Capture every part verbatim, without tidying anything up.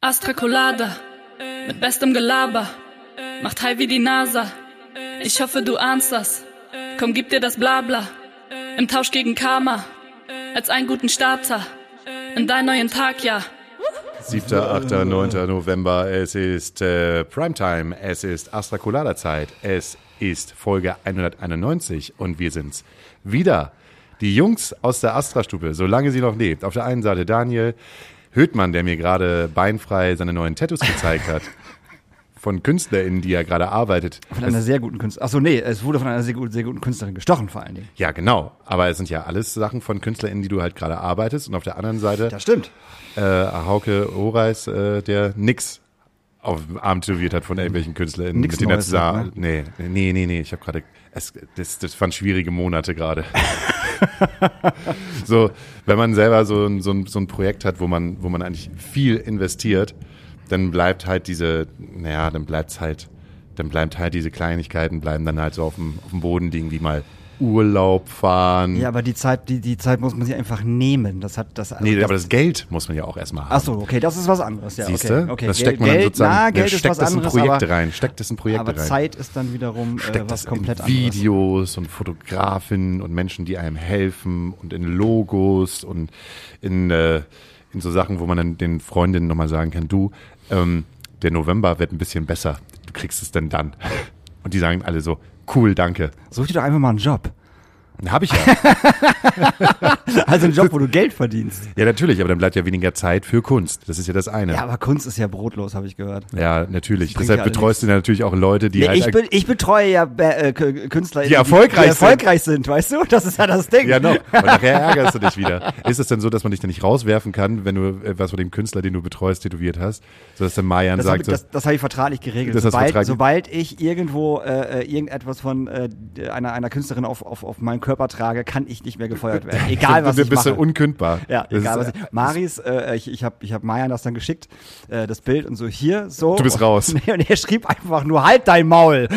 Astra Colada, mit bestem Gelaber, macht high wie die NASA. Ich hoffe, du ahnst das. Komm, gib dir das Blabla. Im Tausch gegen Karma, als einen guten Starter in deinen neuen Tag, ja. siebter, achter, neunter November, es ist äh, Primetime, es ist Astra Colada Zeit, es ist Folge hunderteinundneunzig und wir sind's wieder. Die Jungs aus der Astra-Stube, solange sie noch lebt. Auf der einen Seite Daniel Höhtmann, der mir gerade beinfrei seine neuen Tattoos gezeigt hat. Von KünstlerInnen, die er gerade arbeitet. Von einer sehr guten Künstlerin. Achso, nee, es wurde von einer sehr, gut, sehr guten Künstlerin gestochen vor allen Dingen. Ja, genau. Aber es sind ja alles Sachen von KünstlerInnen, die du halt gerade arbeitest. Und auf der anderen Seite Das stimmt. Äh, Hauke Oreis, äh, der nix auf dem Arm tätowiert hat von irgendwelchen KünstlerInnen. Nix mit Neues, Sa- ne? Nee, nee, nee, nee. Ich habe gerade, das, das waren schwierige Monate gerade. So, wenn man selber so ein, so ein, so ein Projekt hat, wo man, wo man eigentlich viel investiert, dann bleibt halt diese, naja, dann bleibt's halt, dann bleibt halt diese Kleinigkeiten, bleiben dann halt so auf dem, auf dem Boden liegen, wie mal Urlaub fahren. Ja, aber die Zeit, die, die Zeit muss man sich einfach nehmen. Das hat das. Also Nee, das, aber das Geld muss man ja auch erstmal haben. Achso, okay, das ist was anderes. Ja, Siehst okay, du? okay. Das Geld, steckt man dann Geld, sozusagen, na, der Geld ist steckt was das in anderes, Projekte aber, rein, steckt das in Projekte aber rein. Zeit ist dann wiederum äh, Steckt was das komplett in anderes. Videos und Fotografen und Menschen, die einem helfen und in Logos und in, äh, in so Sachen, wo man dann den Freundinnen nochmal sagen kann, du, ähm, der November wird ein bisschen besser, du kriegst es denn dann. Und die sagen alle so, cool, danke. Such dir doch einfach mal einen Job. Hab ich ja. Also einen Job, wo du Geld verdienst. Ja, natürlich, aber dann bleibt ja weniger Zeit für Kunst. Das ist ja das eine. Ja, aber Kunst ist ja brotlos, habe ich gehört. Ja, natürlich. bringt Deshalb ja alle betreust du natürlich auch Leute, die Nee, halt... ich, be- ich betreue ja äh, K- Künstler, Die erfolgreich die sind. erfolgreich sind, weißt du? Das ist ja das Ding. Ja, noch. Und nachher ärgerst du dich wieder. Ist es denn so, dass man dich dann nicht rauswerfen kann, wenn du etwas von dem Künstler, den du betreust, tätowiert hast? So dass der Marian Das sagt, habe ich, das, das hab ich vertraglich geregelt. Das hast du Sobald, vertraglich- sobald ich irgendwo äh, irgendetwas von äh, einer, einer Künstlerin auf, auf, auf meinen Körper trage, kann ich nicht mehr gefeuert werden. Egal, was du ich bist mache. du unkündbar. Ja, Das egal ist, was ich. Maris, äh, ich, ich habe ich hab Marian das dann geschickt, äh, das Bild und so hier, so. Du bist raus. Und, und er schrieb einfach nur, halt dein Maul.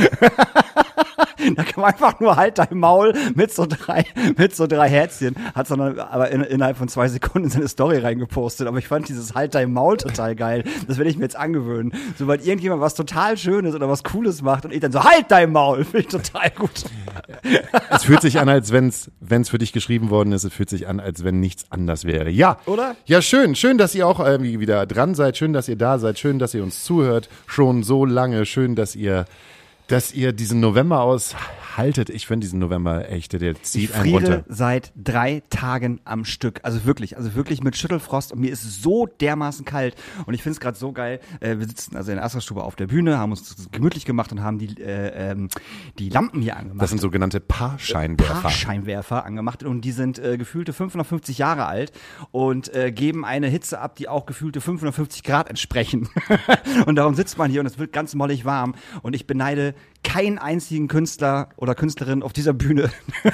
Da kam einfach nur halt dein Maul mit so drei, mit so drei Herzchen. Hat dann aber in, innerhalb von zwei Sekunden in seine Story reingepostet. Aber ich fand dieses halt dein Maul total geil. Das werde ich mir jetzt angewöhnen. Sobald irgendjemand was total Schönes oder was Cooles macht und ich dann so halt dein Maul, finde ich total gut. Es fühlt sich an, als wenn es für dich geschrieben worden ist. Es fühlt sich an, als wenn nichts anders wäre. Ja. Oder? Ja, schön. Schön, dass ihr auch irgendwie wieder dran seid. Schön, dass ihr da seid. Schön, dass ihr uns zuhört. Schon so lange. Schön, dass ihr dass ihr diesen November aushaltet. Ich finde diesen November echt, der zieht Ich einen runter. friere seit drei Tagen am Stück. Also wirklich, also wirklich mit Schüttelfrost. Und mir ist so dermaßen kalt. Und ich finde es gerade so geil. Äh, wir sitzen also in der Astra-Stube auf der Bühne, haben uns das gemütlich gemacht und haben die, äh, ähm, die Lampen hier angemacht. Das sind sogenannte Paarscheinwerfer. Paarscheinwerfer angemacht. Und die sind äh, gefühlte fünfhundertfünfzig Jahre alt und äh, geben eine Hitze ab, die auch gefühlte fünfhundertfünfzig Grad entsprechen. Und darum sitzt man hier und es wird ganz mollig warm. Und ich beneide keinen einzigen Künstler oder Künstlerin auf dieser Bühne,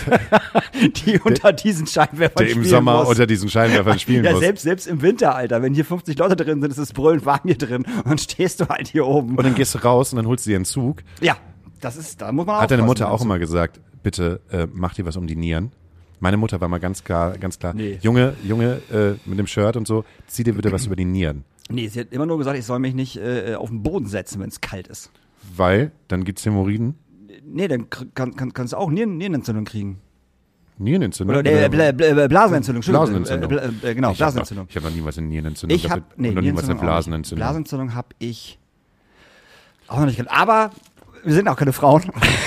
die unter diesen Scheinwerfern Der im spielen Sommer muss. unter diesen Scheinwerfern spielen Ja, muss. selbst, selbst im Winter, Alter. Wenn hier fünfzig Leute drin sind, ist es brüllend warm hier drin. Und dann stehst du halt hier oben. Und dann gehst du raus und dann holst du dir einen Zug. Ja, das ist, da muss man Hat deine aufpassen, Mutter auch meinst du? immer gesagt, bitte äh, mach dir was um die Nieren? Meine Mutter war mal ganz klar, ganz klar, Nee. Junge, Junge, äh, mit dem Shirt und so, zieh dir bitte was über die Nieren. Nee, sie hat immer nur gesagt, ich soll mich nicht äh, auf den Boden setzen, wenn es kalt ist. Weil, dann gibt's Hämorrhoiden, Nee, dann kr- kann, kann, kannst du auch Nieren, Nierenentzündung kriegen. Nierenentzündung. Oder äh, Bla, Bla, Blasenentzündung. Entschuldigung. Blasenentzündung. Äh, Bla, äh, genau, Ich hab Blasenentzündung. noch- Ich habe noch niemals eine Nierenentzündung. Ich habe nee, und noch niemals eine Nierenentzündung auch nicht. Blasenentzündung. Blasenentzündung habe ich auch noch nicht gehabt. Aber wir sind auch keine Frauen.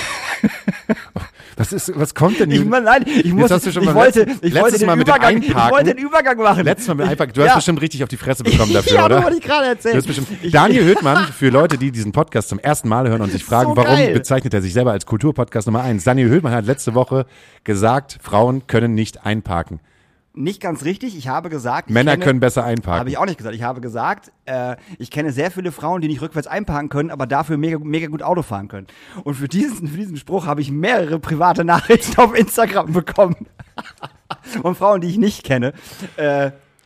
Was ist, was kommt denn Ich, hier? nein, ich, muss, hast du schon ich mal wollte, letztes- ich letztes wollte den Mal mit dem Übergang, ich Einparken- wollte den Übergang machen. Letztes Mal mit Ich- Einpacken, du hast ja. bestimmt richtig auf die Fresse bekommen dafür, ja, oder? das wollte ich gerade Du erzählen. hast bestimmt, Ich- Daniel Höhtmann, für Leute, die diesen Podcast zum ersten Mal hören und sich fragen, so warum geil. bezeichnet er sich selber als Kulturpodcast Nummer eins? Daniel Höhtmann hat letzte Woche gesagt, Frauen können nicht einparken. Nicht ganz richtig. Ich habe gesagt, ich Männer kenne, können besser einparken. Habe ich auch nicht gesagt. Ich habe gesagt, äh, ich kenne sehr viele Frauen, die nicht rückwärts einparken können, aber dafür mega, mega gut Auto fahren können. Und für diesen, für diesen Spruch habe ich mehrere private Nachrichten auf Instagram bekommen. Und Frauen, die ich nicht kenne. Äh,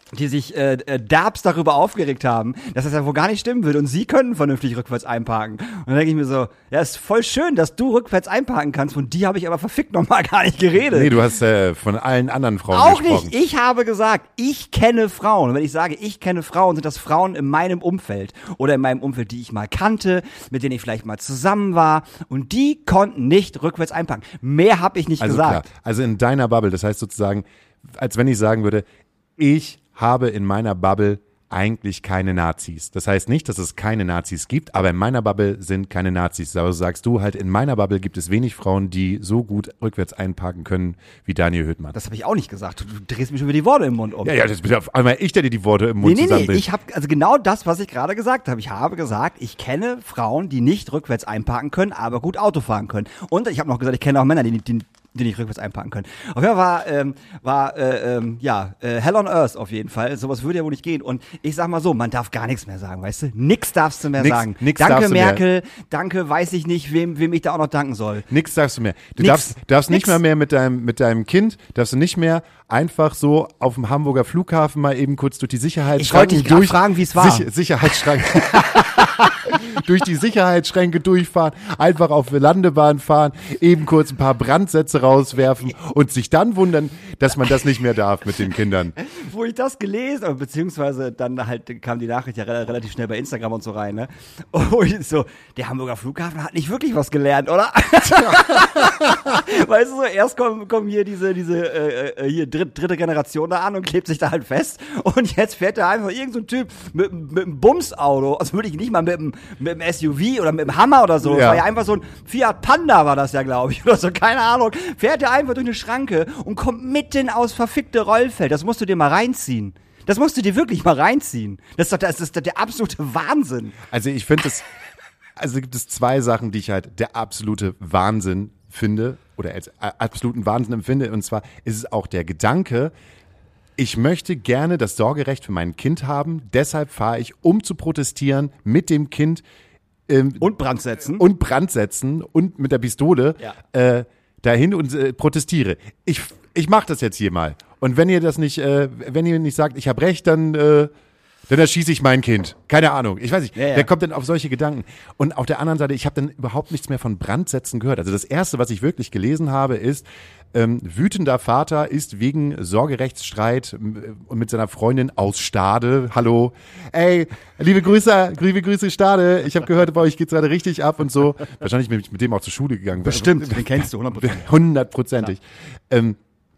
die sich äh, äh, derbst darüber aufgeregt haben, dass das ja wohl gar nicht stimmen würde und sie können vernünftig rückwärts einparken. Und dann denke ich mir so, ja, ist voll schön, dass du rückwärts einparken kannst, von dir habe ich aber verfickt nochmal gar nicht geredet. Nee, du hast äh, von allen anderen Frauen Auch gesprochen. nicht. Ich habe gesagt, ich kenne Frauen. Und wenn ich sage, ich kenne Frauen, sind das Frauen in meinem Umfeld oder in meinem Umfeld, die ich mal kannte, mit denen ich vielleicht mal zusammen war und die konnten nicht rückwärts einparken. Mehr habe ich nicht Also gesagt. klar, also in deiner Bubble, das heißt sozusagen, als wenn ich sagen würde, ich habe in meiner Bubble eigentlich keine Nazis. Das heißt nicht, dass es keine Nazis gibt, aber in meiner Bubble sind keine Nazis. Also sagst du halt, in meiner Bubble gibt es wenig Frauen, die so gut rückwärts einparken können wie Daniel Höhtmann. Das habe ich auch nicht gesagt. Du drehst mich über die Worte im Mund um. Ja, ja, das bin auf einmal ich, der dir die Worte im Mund Nee, nee, nee, zusammenbringt. ich habe also genau das, was ich gerade gesagt habe. Ich habe gesagt, ich kenne Frauen, die nicht rückwärts einparken können, aber gut Auto fahren können. Und ich habe noch gesagt, ich kenne auch Männer, die, die, die nicht rückwärts einparken können. Auf jeden Fall war, ähm, war äh, ähm, ja, äh, Hell on Earth auf jeden Fall. Sowas würde ja wohl nicht gehen. Und ich sag mal so, man darf gar nichts mehr sagen, weißt du? Nix darfst du mehr Nix, sagen. nix Danke darfst du mehr. Merkel, danke, weiß ich nicht, wem, wem ich da auch noch danken soll. Nix sagst du mehr. Du Nix. darfst, darfst nicht Nix. mal mehr mit deinem, mit deinem Kind, darfst du nicht mehr einfach so auf dem Hamburger Flughafen mal eben kurz durch die Sicherheitsschranken Ich wollte dich gerade durch, fragen, wie es war. Sich, Sicherheitsschranken. durch die Sicherheitsschränke durchfahren, einfach auf die Landebahn fahren, eben kurz ein paar Brandsätze rauswerfen und sich dann wundern, dass man das nicht mehr darf mit den Kindern. Wo ich das gelesen habe, beziehungsweise dann halt kam die Nachricht ja re- relativ schnell bei Instagram und so rein, ne? Und wo ich so, der Hamburger Flughafen hat nicht wirklich was gelernt, oder? Weißt du so, erst kommen, kommen hier diese, diese, äh, äh, hier dritt, dritte Generation da an und klebt sich da halt fest und jetzt fährt da einfach irgend so ein Typ mit, mit einem Bumsauto, also würde ich nicht mal mit einem, mit einem S U V oder mit einem Hammer oder so, das Ja. war ja einfach so ein Fiat Panda war das ja, glaube ich, oder so, keine Ahnung, fährt der einfach durch eine Schranke und kommt mitten aus verfickte Rollfeld, das musst du dir mal reinziehen. Das musst du dir wirklich mal reinziehen. Das ist doch, das ist doch der absolute Wahnsinn. Also ich finde es, also gibt es zwei Sachen, die ich halt der absolute Wahnsinn finde oder als absoluten Wahnsinn empfinde. Und zwar ist es auch der Gedanke, ich möchte gerne das Sorgerecht für mein Kind haben, deshalb fahre ich, um zu protestieren, mit dem Kind ähm, Und Brand setzen. und Brand setzen und mit der Pistole Ja. äh, dahin und äh, protestiere. Ich, ich mache das jetzt hier mal. Und wenn ihr das nicht, äh, wenn ihr nicht sagt, ich habe recht, dann, äh, dann erschieße ich mein Kind. Keine Ahnung. Ich weiß nicht. Ja, ja. Wer kommt denn auf solche Gedanken? Und auf der anderen Seite, ich habe dann überhaupt nichts mehr von Brandsätzen gehört. Also das Erste, was ich wirklich gelesen habe, ist, ähm, wütender Vater ist wegen Sorgerechtsstreit äh, mit seiner Freundin aus Stade. Hallo. Ey, liebe Grüße, liebe Grüße Stade. Ich habe gehört, bei euch geht's gerade richtig ab und so. Wahrscheinlich bin ich mit dem auch zur Schule gegangen. Bestimmt, den kennst du, hundert Prozent. Hundertprozentig. Ähm,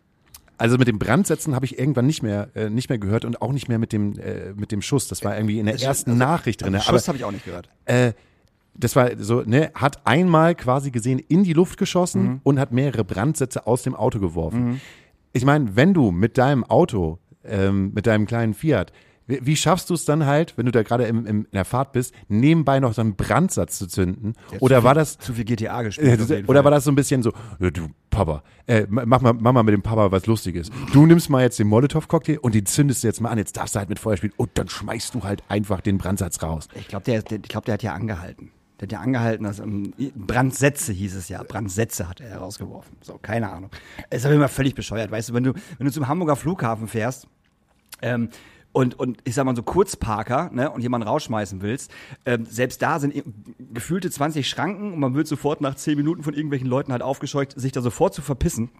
also mit dem Brandsetzen habe ich irgendwann nicht mehr äh, nicht mehr gehört und auch nicht mehr mit dem äh, mit dem Schuss. Das war irgendwie in der ersten Nachricht drin. Schuss habe ich auch nicht gehört. äh, das war so, ne, hat einmal quasi gesehen in die Luft geschossen Mhm. und hat mehrere Brandsätze aus dem Auto geworfen. Ich meine, wenn du mit deinem Auto, ähm, mit deinem kleinen Fiat, wie, wie schaffst du es dann halt, wenn du da gerade im, im, in der Fahrt bist, nebenbei noch so einen Brandsatz zu zünden? Oder war das Zu viel G T A äh, gespielt. auf jeden oder Fall. war das so ein bisschen so, ja, du Papa, äh, mach mal, mach mal mit dem Papa was Lustiges. Du nimmst mal jetzt den Molotow-Cocktail und den zündest du jetzt mal an. Jetzt darfst du halt mit Feuer spielen und dann schmeißt du halt einfach den Brandsatz raus. Ich glaube, der, der, ich glaub, der hat ja angehalten. Der hat ja angehalten, dass ähm, Brandsätze hieß es ja. Brandsätze hat er herausgeworfen. So, keine Ahnung. Es ist aber immer völlig bescheuert. Weißt du, wenn du, wenn du zum Hamburger Flughafen fährst, ähm, und, und ich sag mal so Kurzparker, ne, und jemanden rausschmeißen willst, ähm, selbst da sind i- gefühlte zwanzig Schranken und man wird sofort nach zehn Minuten von irgendwelchen Leuten halt aufgescheucht, sich da sofort zu verpissen.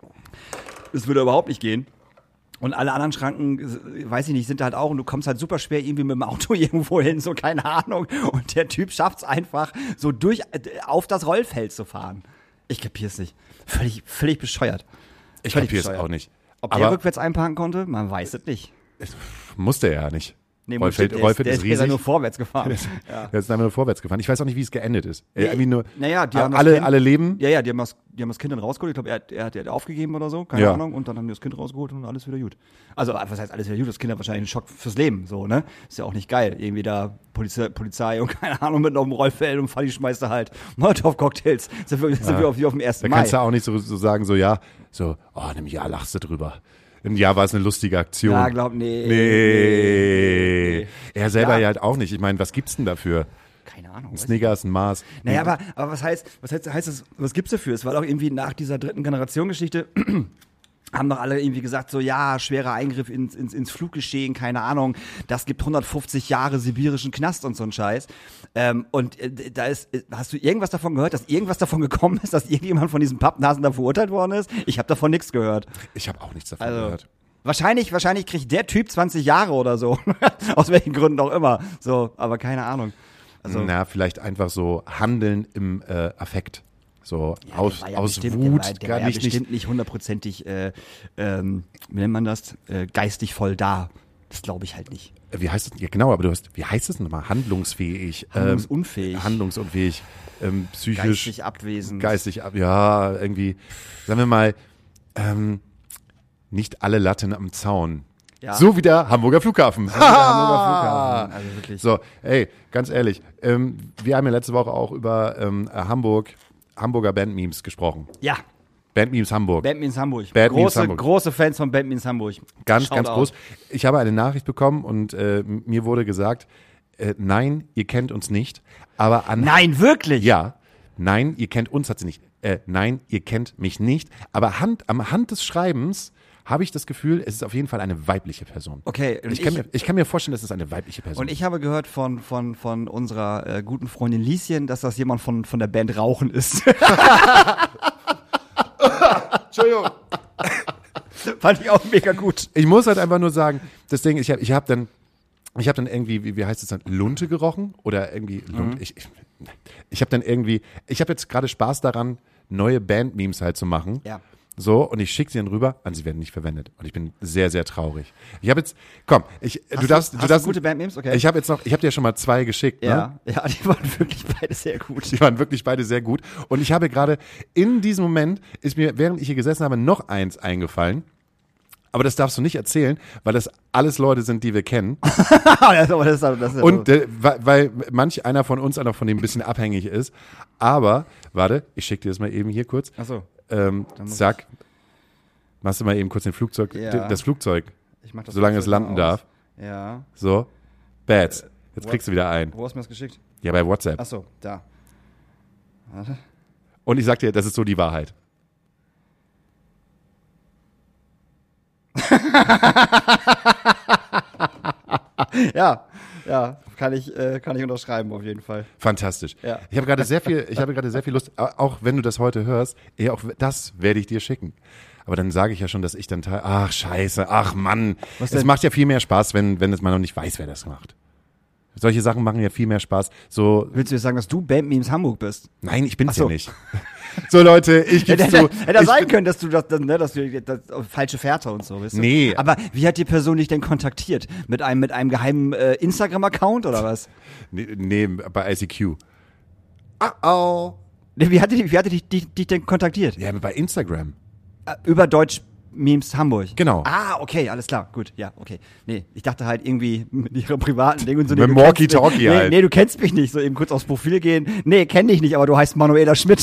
Das würde überhaupt nicht gehen. Und alle anderen Schranken, äh, weiß ich nicht, sind halt auch, und du kommst halt super schwer irgendwie mit dem Auto irgendwo hin, so keine Ahnung. Und der Typ schafft's einfach, so durch, äh, auf das Rollfeld zu fahren. Ich kapier's nicht. Völlig, völlig bescheuert. Ich Völlig kapier's bescheuert. auch nicht. Ob der Aber rückwärts einparken konnte? Man weiß es nicht. musste er ja nicht. Nee, Rollfeld, der, Rollfeld der, ist der ist ja riesig. nur vorwärts gefahren. Ja. Der ist einfach nur vorwärts gefahren. Ich weiß auch nicht, wie es geendet ist. Nee, irgendwie nur, naja, die haben das alle, Kind- alle leben. Ja, ja, die haben das, die haben das Kind dann rausgeholt. Ich glaube, er, hat- er, hat- er hat aufgegeben oder so, keine Ja. Ahnung. Und dann haben die das Kind rausgeholt und alles wieder gut. Also, was heißt alles wieder gut? Das Kind hat wahrscheinlich einen Schock fürs Leben, so, ne? Ist ja auch nicht geil. Irgendwie da Polizei, Polizei und keine Ahnung, mit auf dem Rollfeld und Fadi schmeißt da halt Molotow-Cocktails. Sind wir, sind wir auf, wie auf dem ersten Da Mai. kannst du auch nicht so, so sagen, so, ja, so, oh, in einem Jahr lachst du drüber. Im Jahr war es eine lustige Aktion. Ja, glaub, nee. Nee. Er selber Ja. ja halt auch nicht. Ich meine, was gibt's denn dafür? Keine Ahnung. Ein weiß ich Snickers, ein Mars. Naja, aber, aber was heißt, was heißt, heißt das, was gibt's dafür? Es war doch irgendwie nach dieser dritten Generation Geschichte, haben doch alle irgendwie gesagt, so ja, schwerer Eingriff ins, ins, ins Fluggeschehen, keine Ahnung, das gibt hundertfünfzig Jahre sibirischen Knast und so ein Scheiß. Ähm, und äh, da ist, hast du irgendwas davon gehört, dass irgendwas davon gekommen ist, dass irgendjemand von diesen Pappnasen da verurteilt worden ist? Ich habe davon nichts gehört. Ich habe auch nichts davon Also, gehört. Wahrscheinlich, wahrscheinlich kriegt der Typ zwanzig Jahre oder so. Aus welchen Gründen auch immer. So, aber keine Ahnung. Also, Na, vielleicht einfach so Handeln im äh, Affekt. So ja, aus, der war ja aus bestimmt, Wut, der war, der gar war ja nicht, bestimmt nicht. nicht hundertprozentig, äh, ähm, wie nennt man das, äh, geistig voll da. Das glaube ich halt nicht. Wie heißt es? Ja, genau, aber du hast, wie heißt es nochmal? Handlungsfähig. Handlungsunfähig. Ähm, handlungsunfähig. Ähm, psychisch. Geistig abwesend. Geistig ab, ja, irgendwie, sagen wir mal, ähm, nicht alle Latten am Zaun. Ja. So wie der Hamburger Flughafen. Der Hamburger Flughafen. Also wirklich. So, ey, ganz ehrlich, ähm, wir haben ja letzte Woche auch über ähm, Hamburg, Hamburger Bandmemes gesprochen. Ja, Bandmemes Hamburg. Bandmemes Hamburg. Bad Memes große, Hamburg. große Fans von Bandmemes Hamburg. Ganz, Shout ganz out. groß. Ich habe eine Nachricht bekommen und äh, mir wurde gesagt, äh, nein, ihr kennt uns nicht, aber an Nein, wirklich? Ja, nein, ihr kennt uns, hat sie nicht. Äh, nein, ihr kennt mich nicht. Aber Hand, am Hand des Schreibens habe ich das Gefühl, es ist auf jeden Fall eine weibliche Person. Okay, und Ich kann, ich- mir, ich kann mir vorstellen, dass es eine weibliche Person Und ich habe gehört von, von, von unserer äh, guten Freundin Lieschen, dass das jemand von, von der Band Rauchen ist. Entschuldigung. Fand ich auch mega gut. Ich muss halt einfach nur sagen, das Ding, ich habe ich hab dann, ich habe dann irgendwie, wie, wie heißt es dann, Lunte gerochen? Oder irgendwie, Lunte, ich, ich, ich habe dann irgendwie, ich habe jetzt gerade Spaß daran, neue Band-Memes halt zu machen. Ja. So, und ich schicke sie dann rüber, und sie werden nicht verwendet. Und ich bin sehr, sehr traurig. Ich habe jetzt, komm, ich, du du- darfst, hast du du darfst, gute Bandmemes? Okay. Ich habe jetzt noch, ich habe dir schon mal zwei geschickt, ne? Ja, ja, die waren wirklich beide sehr gut. Die waren wirklich beide sehr gut. Und ich habe gerade, in diesem Moment ist mir, während ich hier gesessen habe, noch eins eingefallen. Aber das darfst du nicht erzählen, weil das alles Leute sind, die wir kennen. das, aber das, ist- das ist Und äh, weil, weil manch einer von uns einer von dem ein bisschen abhängig ist. Aber, warte, ich schicke dir das mal eben hier kurz. Achso, Ähm, muss zack. Machst du mal eben kurz den Flugzeug, Ja. das Flugzeug, ich mach das solange es Flugzeug landen mal aus. darf. Ja. So. Bats. Jetzt what? kriegst du wieder ein. Wo hast du mir das geschickt? Ja, bei WhatsApp. Achso, da. Warte. Und ich sag dir, das ist so die Wahrheit. Ja, ja, kann ich, äh, kann ich unterschreiben auf jeden Fall. Fantastisch. Ja. Ich habe gerade sehr viel, ich habe gerade sehr viel Lust, auch wenn du das heute hörst, eh, auch das werde ich dir schicken. Aber dann sage ich ja schon, dass ich dann teil, ach scheiße, ach Mann. Was Es denn? macht ja viel mehr Spaß, wenn, wenn es man noch nicht weiß, wer das macht. Solche Sachen machen ja viel mehr Spaß. So, Willst du jetzt sagen, dass du Bandmemes Hamburg bist? nein, ich bin's Ach so. ja nicht. So Leute, ich Hätte, geb's zu. hätte, hätte Ich sein bin- können, dass du das, das, ne, dass du das, falsche Fährte und so, weißt du? Nee. Aber wie hat die Person dich denn kontaktiert? Mit einem, mit einem geheimen äh, Instagram-Account oder was? Nee, nee, bei I C Q. Ah, oh. Nee, Wie hatte die, wie hatte die, die, dich denn kontaktiert? Ja, bei Instagram. Äh, Über Deutsch Memes Hamburg. Genau. Ah, okay, alles klar, gut, ja, okay. Nee, ich dachte halt irgendwie mit ihrer privaten Ding und so. Mit nee, du kennst mich- Walkie-Talkie nee, halt. Nee, du kennst mich nicht, so eben kurz aufs Profil gehen. Nee, kenn dich nicht, aber du heißt Manuela Schmidt.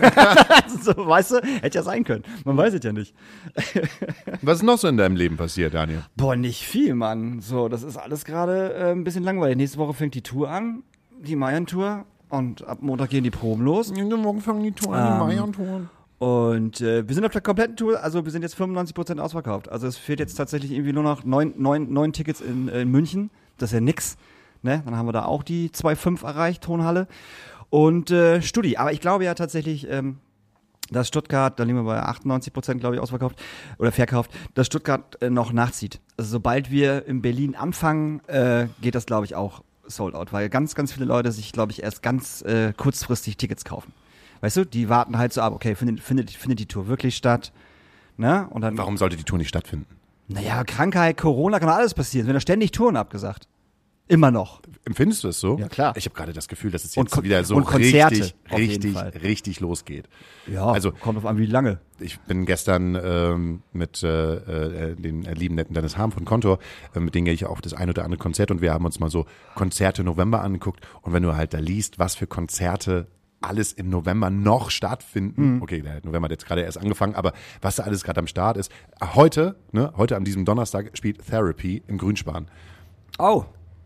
so, weißt du, hätte ja sein können. Man weiß es ja nicht. Was ist noch so in deinem Leben passiert, Daniel? Boah, nicht viel, Mann. So, das ist alles gerade äh, ein bisschen langweilig. Nächste Woche fängt die Tour an, die Mayan-Tour. Und ab Montag gehen die Proben los. Morgen fangen die Tour an, die Bayern-Touren. Und äh, wir sind auf der kompletten Tour, also wir sind jetzt fünfundneunzig Prozent ausverkauft. Also es fehlt jetzt tatsächlich irgendwie nur noch neun, neun, neun Tickets in, äh, in München. Das ist ja nix. Ne? Dann haben wir da auch die zwei Komma fünf erreicht, Tonhalle. Und äh, Studi. Aber ich glaube ja tatsächlich, ähm, dass Stuttgart, da liegen wir bei achtundneunzig Prozent, glaube ich, ausverkauft oder verkauft, dass Stuttgart äh, noch nachzieht. Also sobald wir in Berlin anfangen, äh, geht das, glaube ich, auch sold out. Weil ganz, ganz viele Leute sich, glaube ich, erst ganz äh, kurzfristig Tickets kaufen. Weißt du, die warten halt so ab, okay, findet, findet, findet die Tour wirklich statt? Ne? Und dann, Warum sollte die Tour nicht stattfinden? naja, Krankheit, Corona, kann alles passieren. Es werden da ständig Touren abgesagt. Immer noch. Empfindest du es so? Ja, klar. Ich habe gerade das Gefühl, dass es Und jetzt Kon- wieder so und Konzerte, richtig, auf jeden richtig, Fall. richtig losgeht. Ja, Also- kommt auf an, wie lange. Ich bin gestern ähm, mit äh, äh, den lieben netten Dennis Harm von Kontor, äh, mit dem gehe ich auf das ein oder andere Konzert und wir haben uns mal so Konzerte November angeguckt und wenn du halt da liest, was für Konzerte alles im November noch stattfinden. Okay, der November hat jetzt gerade erst angefangen, aber was da alles gerade am Start ist. Heute, ne, heute an diesem Donnerstag spielt Therapy im Grünspan. Oh,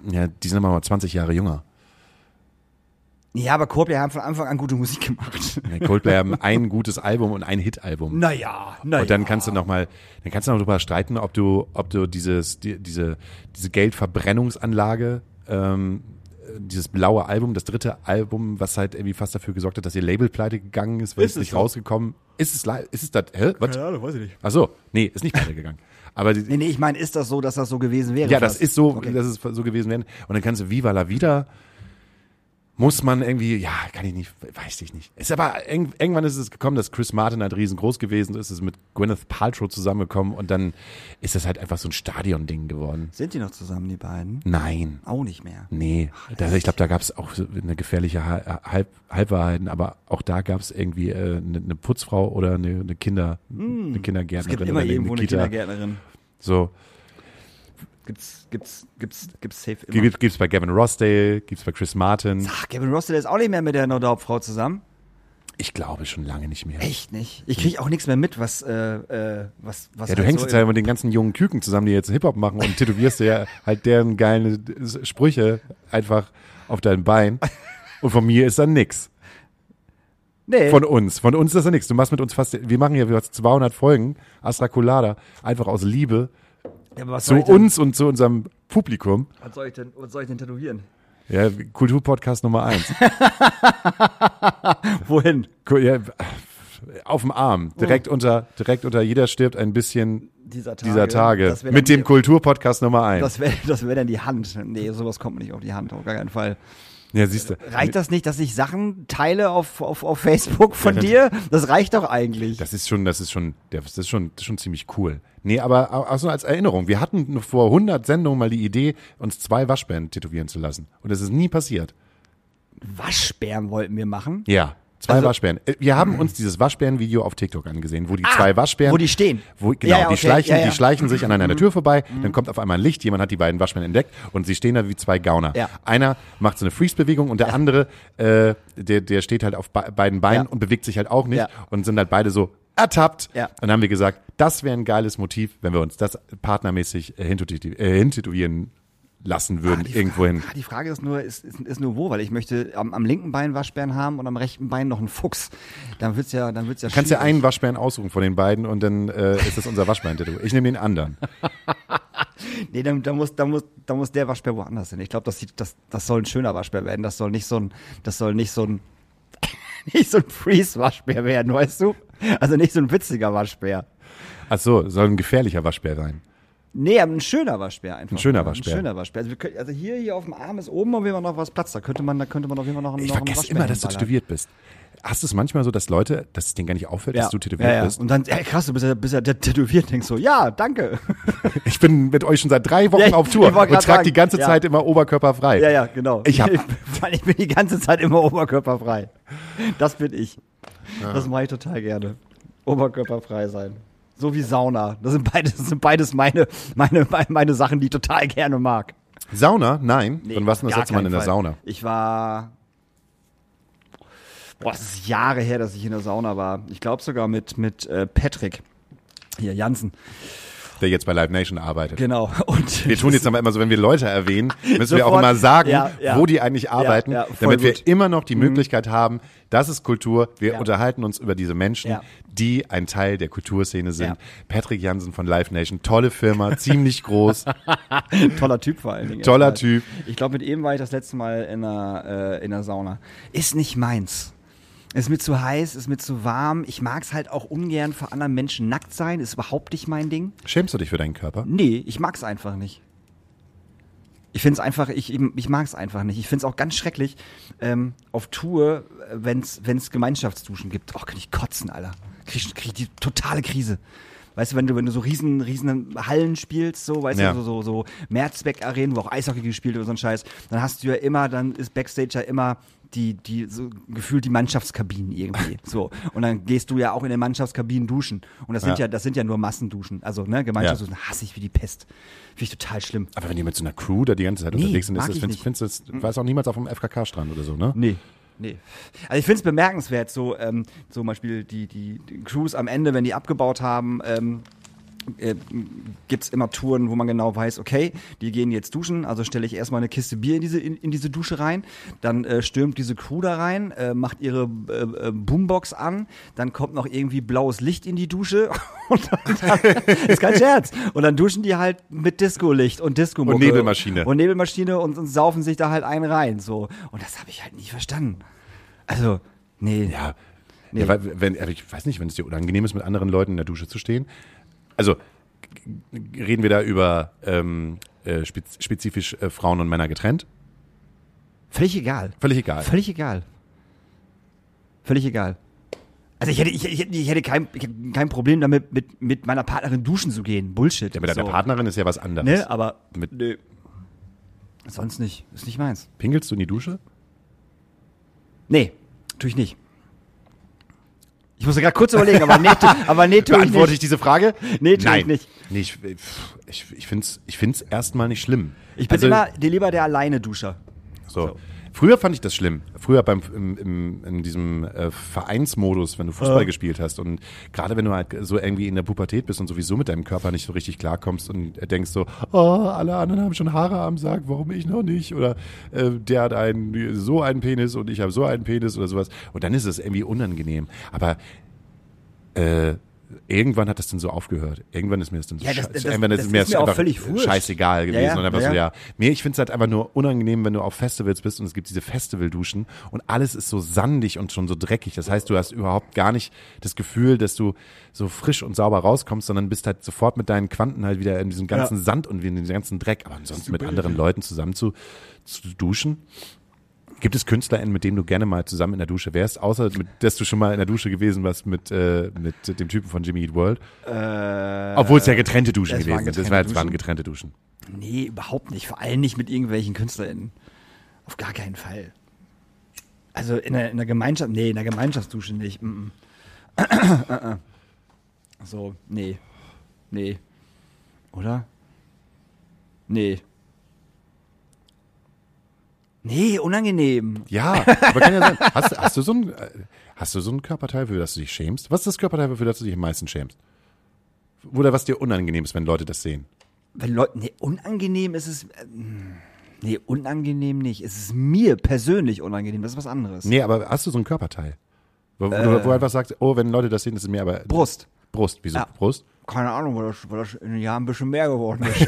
Ja, die sind aber mal zwanzig Jahre jünger. Ja, aber Coldplay haben von Anfang an gute Musik gemacht. Ja, Coldplay haben ein gutes Album und ein Hit-Album. Naja, naja. Und dann kannst du noch mal, dann kannst du noch drüber streiten, ob du, ob du dieses, die, diese, diese Geldverbrennungsanlage, ähm, dieses blaue Album, das dritte Album, was halt irgendwie fast dafür gesorgt hat, dass ihr Label pleite gegangen ist, weil Ist es es nicht so? rausgekommen ist. Es, li- ist es das? Hä? Was? Keine Ahnung, weiß ich nicht. Ach so, nee, ist nicht pleite gegangen. Aber die, Nee, nee, ich meine, ist das so, dass das so gewesen wäre? ja, das fast? ist so, Okay. dass es so gewesen wäre. Und dann kannst du Viva la Vida, muss man irgendwie, ja, kann ich nicht, weiß ich nicht. Ist aber, irg- irgendwann ist es gekommen, dass Chris Martin halt riesengroß gewesen ist, ist mit Gwyneth Paltrow zusammengekommen und dann ist das halt einfach so ein Stadion-Ding geworden. Sind die noch zusammen, die beiden? Nein. Auch nicht mehr. Nee, da, ich glaube, da gab es auch so eine gefährliche Ha- Halb, Halbwahrheiten, aber auch da gab es irgendwie äh, eine, eine Putzfrau oder eine, eine Kinder, eine Es Kindergärtnerin gibt immer oder irgendwo eine Kita. Kindergärtnerin. So, Gibt's, gibt's, gibt's, gibt's safe immer. gibt, gibt's bei Gavin Rossdale, gibt's bei Chris Martin. Ach, Gavin Rossdale ist auch nicht mehr mit der No-Doubt-Frau zusammen. Ich glaube schon lange nicht mehr. Echt nicht. Ich krieg auch nichts mehr mit, was, äh, äh, was, was. Ja, du halt hängst so jetzt halt mit den ganzen jungen Küken zusammen, die jetzt Hip-Hop machen und tätowierst dir ja halt deren geile Sprüche einfach auf dein Bein. Und von mir ist dann nix. Nee. Von uns. Von uns ist das nix. Du machst mit uns fast, wir machen ja fast zweihundert Folgen, Astra Colada, einfach aus Liebe Ja, aber was zu soll ich denn, uns und zu unserem Publikum. Was soll ich denn, was soll ich denn tätowieren? Ja, Kulturpodcast Nummer eins. Wohin? Ku- ja, auf dem Arm, direkt unter, direkt unter jeder stirbt ein bisschen Dieser Tage. dieser Tage. Das wär Mit dann dem die- Kulturpodcast Nummer eins. Das wäre das wär dann die Hand. Nee, sowas kommt mir nicht auf die Hand, auf gar keinen Fall. Ja, siehst du. Reicht das nicht, dass ich Sachen teile auf, auf, auf Facebook von dir? Das reicht doch eigentlich. Das ist schon, das ist schon, das ist schon, das ist schon ziemlich cool. Nee, aber auch so als Erinnerung. Wir hatten vor hundert Sendungen mal die Idee, uns zwei Waschbären tätowieren zu lassen. Und das ist nie passiert. Waschbären wollten wir machen. Ja, zwei Also- Waschbären. Äh, Wir haben uns dieses Waschbären-Video auf TikTok angesehen, wo die zwei Waschbären. wo die stehen. Wo, genau, Ja, ja, die, okay. schleichen, Ja, ja. die schleichen sich an einer Tür vorbei, dann kommt auf einmal ein Licht, jemand hat die beiden Waschbären entdeckt und sie stehen da wie zwei Gauner. Ja. Einer macht so eine Freeze-Bewegung und der andere, äh, der, der steht halt auf be beiden Beinen Ja. und bewegt sich halt auch nicht Ja. und sind halt beide so ertappt. Ja. Und dann haben wir gesagt, das wäre ein geiles Motiv, wenn wir uns das partnermäßig äh, hintätowi- äh, hintätowieren lassen würden, Ah, die irgendwo hin. Fra- ah, Die Frage ist nur, ist, ist, ist nur wo, weil ich möchte am, am linken Bein Waschbären haben und am rechten Bein noch einen Fuchs. Dann wird's ja, dann wird's ja Du kannst ja schwierig. einen Waschbären aussuchen von den beiden und dann äh, ist das unser Waschbären-Tattoo. Ich nehme den anderen. Nee, dann, dann, muss, dann, muss, dann muss der Waschbär woanders hin. Ich glaube, das, sieht- das, das soll ein schöner Waschbär werden. Das soll nicht so ein, das soll nicht so ein, nicht so ein Freeze-Waschbär werden, weißt du? Also nicht so ein witziger Waschbär. Ach so, soll ein gefährlicher Waschbär sein. Nee, aber ein schöner Waschbär einfach. Ein schöner Waschbär. Ein schöner Waschbär. Also, wir können, also hier, hier auf dem Arm ist oben auf jeden Fall noch was Platz. Da könnte man, da könnte man auf jeden Fall noch einen, Ich noch einen vergesse Waschbär immer, dass du hinballern. tätowiert bist. Hast du es manchmal so, dass Leute, dass es denen gar nicht auffällt, Ja. dass du tätowiert ja, ja. bist? Und dann, ey, krass, du bist ja, bist ja tätowiert. Denkst so, ja, danke. Ich bin mit euch schon seit drei Wochen Ja, ich- auf ich Tour wollte und grad trage sagen, die ganze ja. Zeit immer oberkörperfrei. Ja, ja, genau. Ich hab- Weil ich bin die ganze Zeit immer oberkörperfrei. Das bin ich. Das mache ich total gerne. Oberkörperfrei sein. So wie Sauna. Das sind beides, das sind beides meine, meine, meine Sachen, die ich total gerne mag. Sauna? Nein. Nee, Wann warst du das gar letzte Mal keinen in der Fall. Sauna? Ich war. Boah, es ist Jahre her, dass ich in der Sauna war. Ich glaube sogar mit, mit äh, Patrick. Hier, Jansen. Der jetzt bei Live Nation arbeitet. Genau. Und Wir tun jetzt aber immer so, wenn wir Leute erwähnen, müssen wir auch Sofort. immer sagen, Ja, ja. wo die eigentlich arbeiten, ja, voll damit wir gut. immer noch die Möglichkeit haben, das ist Kultur, wir Ja. unterhalten uns über diese Menschen, Ja. die ein Teil der Kulturszene sind. Ja. Patrick Jansen von Live Nation, tolle Firma, ziemlich groß, toller Typ vor allen Dingen. toller erstmal. Typ. Ich glaube, mit ihm war ich das letzte Mal in der, äh, in der Sauna. Ist nicht meins. Ist mir zu heiß, ist mir zu warm. Ich mag es halt auch ungern vor anderen Menschen nackt sein. Ist überhaupt nicht mein Ding. Schämst du dich für deinen Körper? Nee, ich mag es einfach nicht. Ich finde es einfach, ich, ich mag es einfach nicht. Ich finde es auch ganz schrecklich, ähm, auf Tour, wenn es Gemeinschaftsduschen gibt. Oh, kann ich kotzen, Alter. Krieg, ich- krieg ich die totale Krise. Weißt du, wenn du, wenn du so riesen, riesen Hallen spielst, so, weißt Ja. du, so, so, so Mehrzweck-Arenen, wo auch Eishockey gespielt wird und so ein Scheiß, dann hast du ja immer, dann ist Backstage ja immer die, die, so gefühlt die Mannschaftskabinen irgendwie, so. Und dann gehst du ja auch in den Mannschaftskabinen duschen. Und das sind Ja. ja, das sind ja nur Massenduschen. Also, ne, Gemeinschaftsduschen hasse ich wie die Pest. Finde ich total schlimm. Aber wenn die mit so einer Crew da die ganze Zeit Nee, unterwegs sind, ist mag das, ich findest, nicht. findest du das, warst auch niemals auf dem F K K-Strand oder so, ne? Nee. Nee. Also ich finde es bemerkenswert, so ähm, zum Beispiel die, die, die Crews am Ende, wenn die abgebaut haben, ähm, äh, gibt's immer Touren, wo man genau weiß, okay, die gehen jetzt duschen, also stelle ich erstmal eine Kiste Bier in diese, in, in diese Dusche rein, dann äh, stürmt diese Crew da rein, äh, macht ihre äh, äh, Boombox an, dann kommt noch irgendwie blaues Licht in die Dusche und dann, dann ist kein Scherz. Und dann duschen die halt mit Disco-Licht und Disco-Mucke. Und Nebelmaschine. Und Nebelmaschine und, und saufen sich da halt einen rein, so. Und das habe ich halt nicht verstanden. Also, nee. Ja, Nee. ja weil, wenn, ich weiß nicht, wenn es dir unangenehm ist, mit anderen Leuten in der Dusche zu stehen. Also g- reden wir da über ähm, äh, spez- spezifisch äh, Frauen und Männer getrennt? Völlig egal. Völlig egal. Völlig egal. Völlig egal. Also ich hätte, ich, ich, ich hätte kein, ich hätte kein Problem damit, mit, mit meiner Partnerin duschen zu gehen. Bullshit. Ja, mit deiner so. Partnerin ist ja was anderes. Ne, aber Mit, nö. Sonst nicht. Ist nicht meins. pinkelst du in die Dusche? Nee, tue ich nicht. Ich musste gerade kurz überlegen, aber nee, tu, aber nee, tue ich Beantworte ich nicht. diese Frage? Nee, tue Nein. ich nicht. Nee, ich ich, ich finde es ich find's erstmal nicht schlimm. Ich bin Also, immer der, lieber der Alleine-Duscher. So. So. Früher fand ich das schlimm. Früher beim im, im, in diesem äh, Vereinsmodus, wenn du Fußball Ja. gespielt hast und gerade wenn du halt so irgendwie in der Pubertät bist und sowieso mit deinem Körper nicht so richtig klarkommst und denkst so, oh, alle anderen haben schon Haare am Sack, warum ich noch nicht? Oder äh, der hat einen, so einen Penis und ich habe so einen Penis oder sowas. Und dann ist es irgendwie unangenehm. Aber äh, irgendwann hat das dann so aufgehört. Irgendwann ist mir das dann so Ja, das- scheiße. das- Irgendwann das ist mir ist mir auch einfach völlig wurscht. scheißegal gewesen. Ja, ja, und einfach ja, so, ja. ja. Mir, ich finde es halt einfach nur unangenehm, wenn du auf Festivals bist und es gibt diese Festivalduschen und alles ist so sandig und schon so dreckig. Das heißt, du hast überhaupt gar nicht das Gefühl, dass du so frisch und sauber rauskommst, sondern bist halt sofort mit deinen Quanten halt wieder in diesem ganzen Ja. Sand und in diesem ganzen Dreck. Aber ansonsten mit anderen Leuten zusammen zu, zu duschen. Gibt es KünstlerInnen, mit denen du gerne mal zusammen in der Dusche wärst, außer mit, dass du schon mal in der Dusche gewesen warst mit, äh, mit dem Typen von Jimmy Eat World? Äh, Obwohl es ja getrennte Duschen das gewesen waren sind. Das getrennte war, das waren Duschen. getrennte Duschen. Nee, überhaupt nicht. Vor allem nicht mit irgendwelchen KünstlerInnen. Auf gar keinen Fall. Also in der, in der Gemeinschaft, nee, in der Gemeinschaftsdusche nicht. Mm -mm. So, nee. Nee. Oder? Nee. Nee, unangenehm. Ja, aber kann ja sein. Hast, hast, du so ein, äh, hast du so ein Körperteil, für das du dich schämst? Was ist das Körperteil, für das du dich am meisten schämst? Oder was dir unangenehm ist, wenn Leute das sehen? Wenn Leute, nee, unangenehm ist es, ähm, nee, unangenehm nicht. Es ist mir persönlich unangenehm, das ist was anderes. Nee, aber hast du so ein Körperteil? Wo, wo, du, wo du einfach sagst, oh, wenn Leute das sehen, das ist mir aber... Brust. Brust, wieso Ja. Brust? Keine Ahnung, weil das, weil das in den Jahren ein bisschen mehr geworden ist.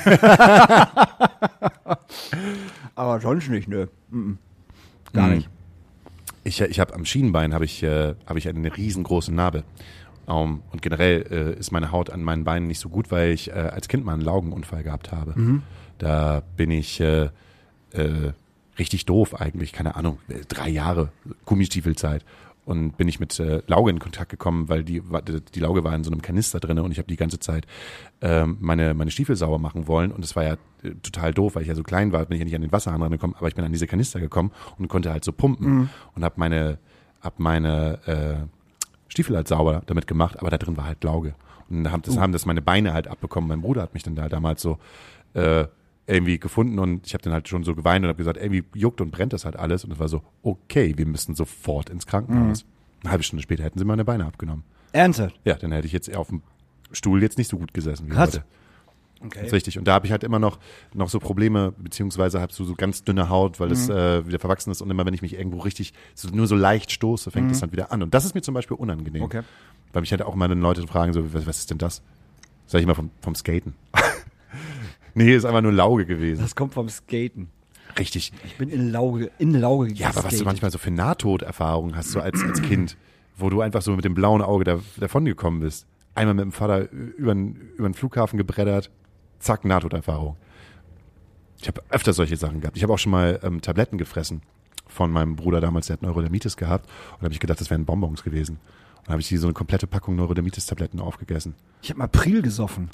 Aber sonst nicht, nö. Mm-mm. Gar Mhm. nicht. Ich, ich habe am Schienenbein habe ich, äh, hab ich eine riesengroße Narbe. Um, und generell äh, ist meine Haut an meinen Beinen nicht so gut, weil ich äh, als Kind mal einen Laugenunfall gehabt habe. Da bin ich äh, äh, richtig doof eigentlich, keine Ahnung, äh, drei Jahre Gummistiefelzeit. Und bin ich mit äh, Lauge in Kontakt gekommen, weil die, die Lauge war in so einem Kanister drin und ich habe die ganze Zeit ähm, meine, meine Stiefel sauber machen wollen. Und das war ja äh, total doof, weil ich ja so klein war, bin ich ja nicht an den Wasserhahn rangekommen, aber ich bin an diese Kanister gekommen und konnte halt so pumpen Mhm. und habe meine, hab meine äh, Stiefel halt sauber damit gemacht, aber da drin war halt Lauge. Und haben das, Uh. haben das meine Beine halt abbekommen. Mein Bruder hat mich dann da damals so äh, irgendwie gefunden und ich habe dann halt schon so geweint und habe gesagt, irgendwie juckt und brennt das halt alles. Und es war so, okay, wir müssen sofort ins Krankenhaus. Eine halbe Stunde später hätten sie meine Beine abgenommen. Ernsthaft? Ja, dann hätte ich jetzt auf dem Stuhl jetzt nicht so gut gesessen wie Krass. heute. Okay. Das ist richtig. Und da habe ich halt immer noch, noch so Probleme, beziehungsweise habe so, so ganz dünne Haut, weil es äh, wieder verwachsen ist. Und immer wenn ich mich irgendwo richtig, so, nur so leicht stoße, fängt es dann wieder an. Und das ist mir zum Beispiel unangenehm. Okay. Weil mich halt auch immer dann Leute fragen, so, was, was ist denn das? Sag ich mal vom, vom Skaten. Nee, ist einfach nur Lauge gewesen. Das kommt vom Skaten. Richtig. Ich bin in Lauge, in Lauge Ja, aber was du geskatet. manchmal so für Nahtoderfahrungen hast, so als, als Kind, wo du einfach so mit dem blauen Auge da, davon gekommen bist. Einmal mit dem Vater über den, über den Flughafen gebreddert, zack, Nahtoderfahrung. Ich habe öfter solche Sachen gehabt. Ich habe auch schon mal ähm, Tabletten gefressen von meinem Bruder damals, der hat Neurodermitis gehabt. Und da habe ich gedacht, das wären Bonbons gewesen. Und dann habe ich hier so eine komplette Packung Neurodermitis-Tabletten aufgegessen. Ich habe mal April gesoffen.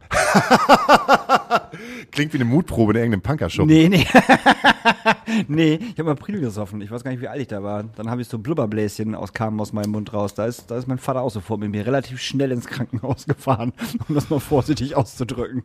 Klingt wie eine Mutprobe in irgendeinem Punkerschuppen. Nee, nee. Nee, ich habe April gesoffen. Ich weiß gar nicht, wie alt ich da war. Dann habe ich so Blubberbläschen aus, kamen aus meinem Mund raus. Da ist, da ist mein Vater auch sofort mit mir relativ schnell ins Krankenhaus gefahren, um das mal vorsichtig auszudrücken.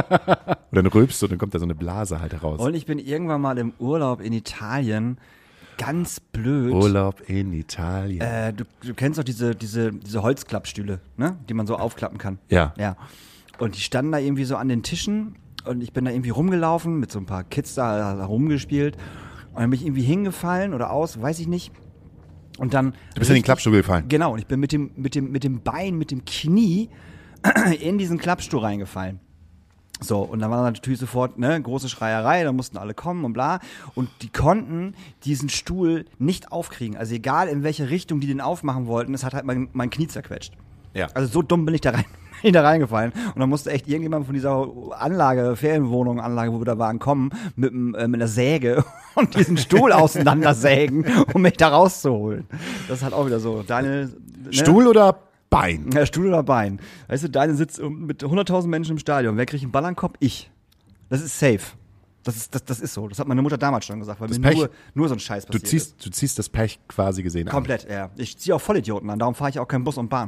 Und dann rülpst du und dann kommt da so eine Blase halt heraus. Und ich bin irgendwann mal im Urlaub in Italien ganz blöd. Urlaub in Italien. Äh, du, du kennst doch diese, diese, diese Holzklappstühle, ne? Die man so aufklappen kann. Ja. Ja. Und die standen da irgendwie so an den Tischen und ich bin da irgendwie rumgelaufen, mit so ein paar Kids da, da rumgespielt und dann bin ich irgendwie hingefallen oder aus, weiß ich nicht. Und dann... Du bist in den Klappstuhl gefallen. Genau, und ich bin mit dem, mit dem, mit dem Bein, mit dem Knie in diesen Klappstuhl reingefallen. So, und dann war natürlich sofort, ne, große Schreierei, da mussten alle kommen und bla. Und die konnten diesen Stuhl nicht aufkriegen. Also egal, in welche Richtung die den aufmachen wollten, es hat halt mein, mein Knie zerquetscht. Ja. Also so dumm bin ich da rein, bin ich da reingefallen. Und dann musste echt irgendjemand von dieser Anlage, Ferienwohnung, Anlage, wo wir da waren, kommen, mit, äh, mit einer Säge und diesen Stuhl auseinandersägen, um mich da rauszuholen. Das ist halt auch wieder so. Deine, ne? Stuhl oder Bein? Ja, Stuhl oder Bein. Weißt du, deine sitzt mit hunderttausend Menschen im Stadion. Wer kriegt einen Ball an den Kopf? Ich. Das ist safe. Das ist, das, das ist so. Das hat meine Mutter damals schon gesagt, weil Das mir Pech. nur, nur so ein Scheiß Du passiert ziehst, ist. du ziehst das Pech quasi gesehen Komplett, ja. Ich ziehe auch Vollidioten an, darum fahre ich auch keinen Bus und Bahn. an.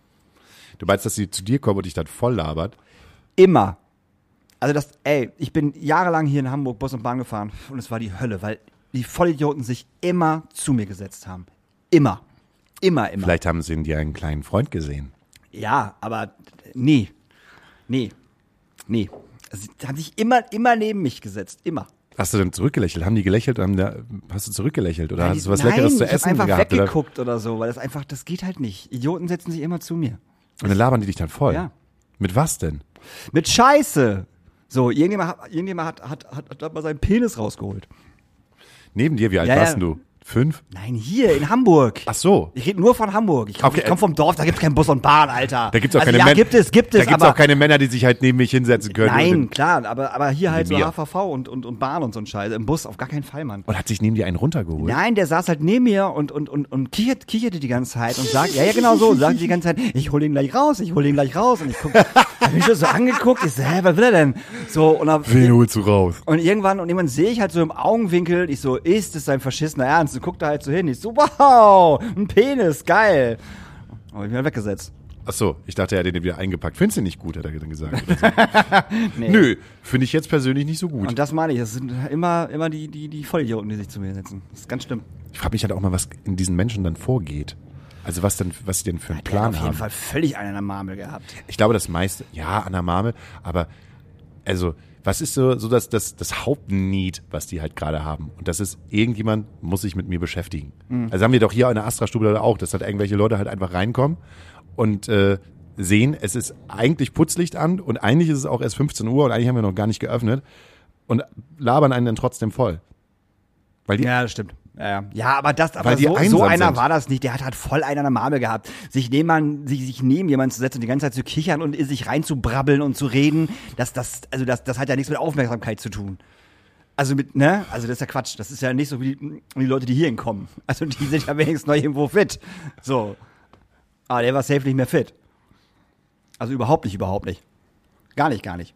Du meinst, dass sie zu dir kommen und dich dann voll labert? Immer. Also das, ey, ich bin jahrelang hier in Hamburg Bus und Bahn gefahren und es war die Hölle, weil die Vollidioten sich immer zu mir gesetzt haben. Immer. Immer, immer. Vielleicht haben sie in dir einen kleinen Freund gesehen. Ja, aber nee. Nee. Nee. Also, sie haben sich immer, immer neben mich gesetzt. Immer. Hast du denn zurückgelächelt? Haben die gelächelt? Haben da, hast du zurückgelächelt? Oder hast du was Nein, Leckeres zu ich hab essen einfach gehabt? Oder? weggeguckt oder? oder so, weil das einfach, das geht halt nicht. Idioten setzen sich immer zu mir. Und dann labern die dich dann voll? Ja. Mit was denn? Mit Scheiße. So, irgendjemand hat, irgendjemand hat, hat, hat, hat mal seinen Penis rausgeholt. Neben dir, wie alt Ja, warst ja. denn du? Fünf? Nein, hier in Hamburg. Ach so. Ich rede nur von Hamburg. Ich komme Okay. komm vom Dorf, da gibt's keinen Bus und Bahn, Alter. Da gibt's auch also, keine ja, Männer. gibt es, gibt es, Da gibt's aber auch keine Männer, die sich halt neben mich hinsetzen können. nein, Und, klar, aber, aber hier halt so mir. H V V und, und, und Bahn und so ein Scheiß. Im Bus auf gar keinen Fall, Mann. und hat sich neben dir einen runtergeholt. Nein, der saß halt neben mir und, und, und, und kichert, kicherte die ganze Zeit und sagt, ja, ja, genau so, sagt die ganze Zeit, ich hol ihn gleich raus, ich hol ihn gleich raus. Und ich guck, hab mich so angeguckt, ich so, hä, was will er denn? So, und, dann, Wen holst du raus? und irgendwann, und irgendwann sehe ich halt so im Augenwinkel, ich so, ist es sein verschissener Ernst? Und guckt da halt so hin, ich so, wow, ein Penis, geil. Aber ich bin halt weggesetzt. Ach so, ich dachte, er hat den wieder eingepackt. Findest du nicht gut, hat er dann gesagt. Oder so. Nee. Nö, finde ich jetzt persönlich nicht so gut. Und das meine ich, das sind immer, immer die, die, die Vollidioten, die sich zu mir setzen. Das ist ganz schlimm. Ich frage mich halt auch mal, was in diesen Menschen dann vorgeht. Also was denn, was sie denn für einen Der hat Plan auf jeden haben. Fall völlig einen an der Marmel gehabt. Ich glaube, das meiste, ja, an der Marmel, aber also, was ist so, so das, das, das Hauptneed, was die halt gerade haben? Und das ist, irgendjemand muss sich mit mir beschäftigen. Mhm. Also haben wir doch hier in der Astra-Stube auch, dass halt irgendwelche Leute halt einfach reinkommen und äh, sehen, es ist eigentlich Putzlicht an und eigentlich ist es auch erst fünfzehn Uhr und eigentlich haben wir noch gar nicht geöffnet und labern einen dann trotzdem voll. Weil die, Ja, das stimmt. Ja, ja. ja, aber das, aber Weil die so, so einsam einer sind. war das nicht. Der hat halt voll einen an der Marmel gehabt. Sich neben, man, sich, sich neben jemanden zu setzen und die ganze Zeit zu kichern und in sich reinzubrabbeln und zu reden, das, das, also das, das hat ja nichts mit Aufmerksamkeit zu tun. Also mit, ne? Also das ist ja Quatsch. Das ist ja nicht so wie die, wie die Leute, die hierhin kommen. Also die sind ja wenigstens noch irgendwo fit. So. Aber der war safe nicht mehr fit. Also überhaupt nicht, überhaupt nicht. Gar nicht, gar nicht.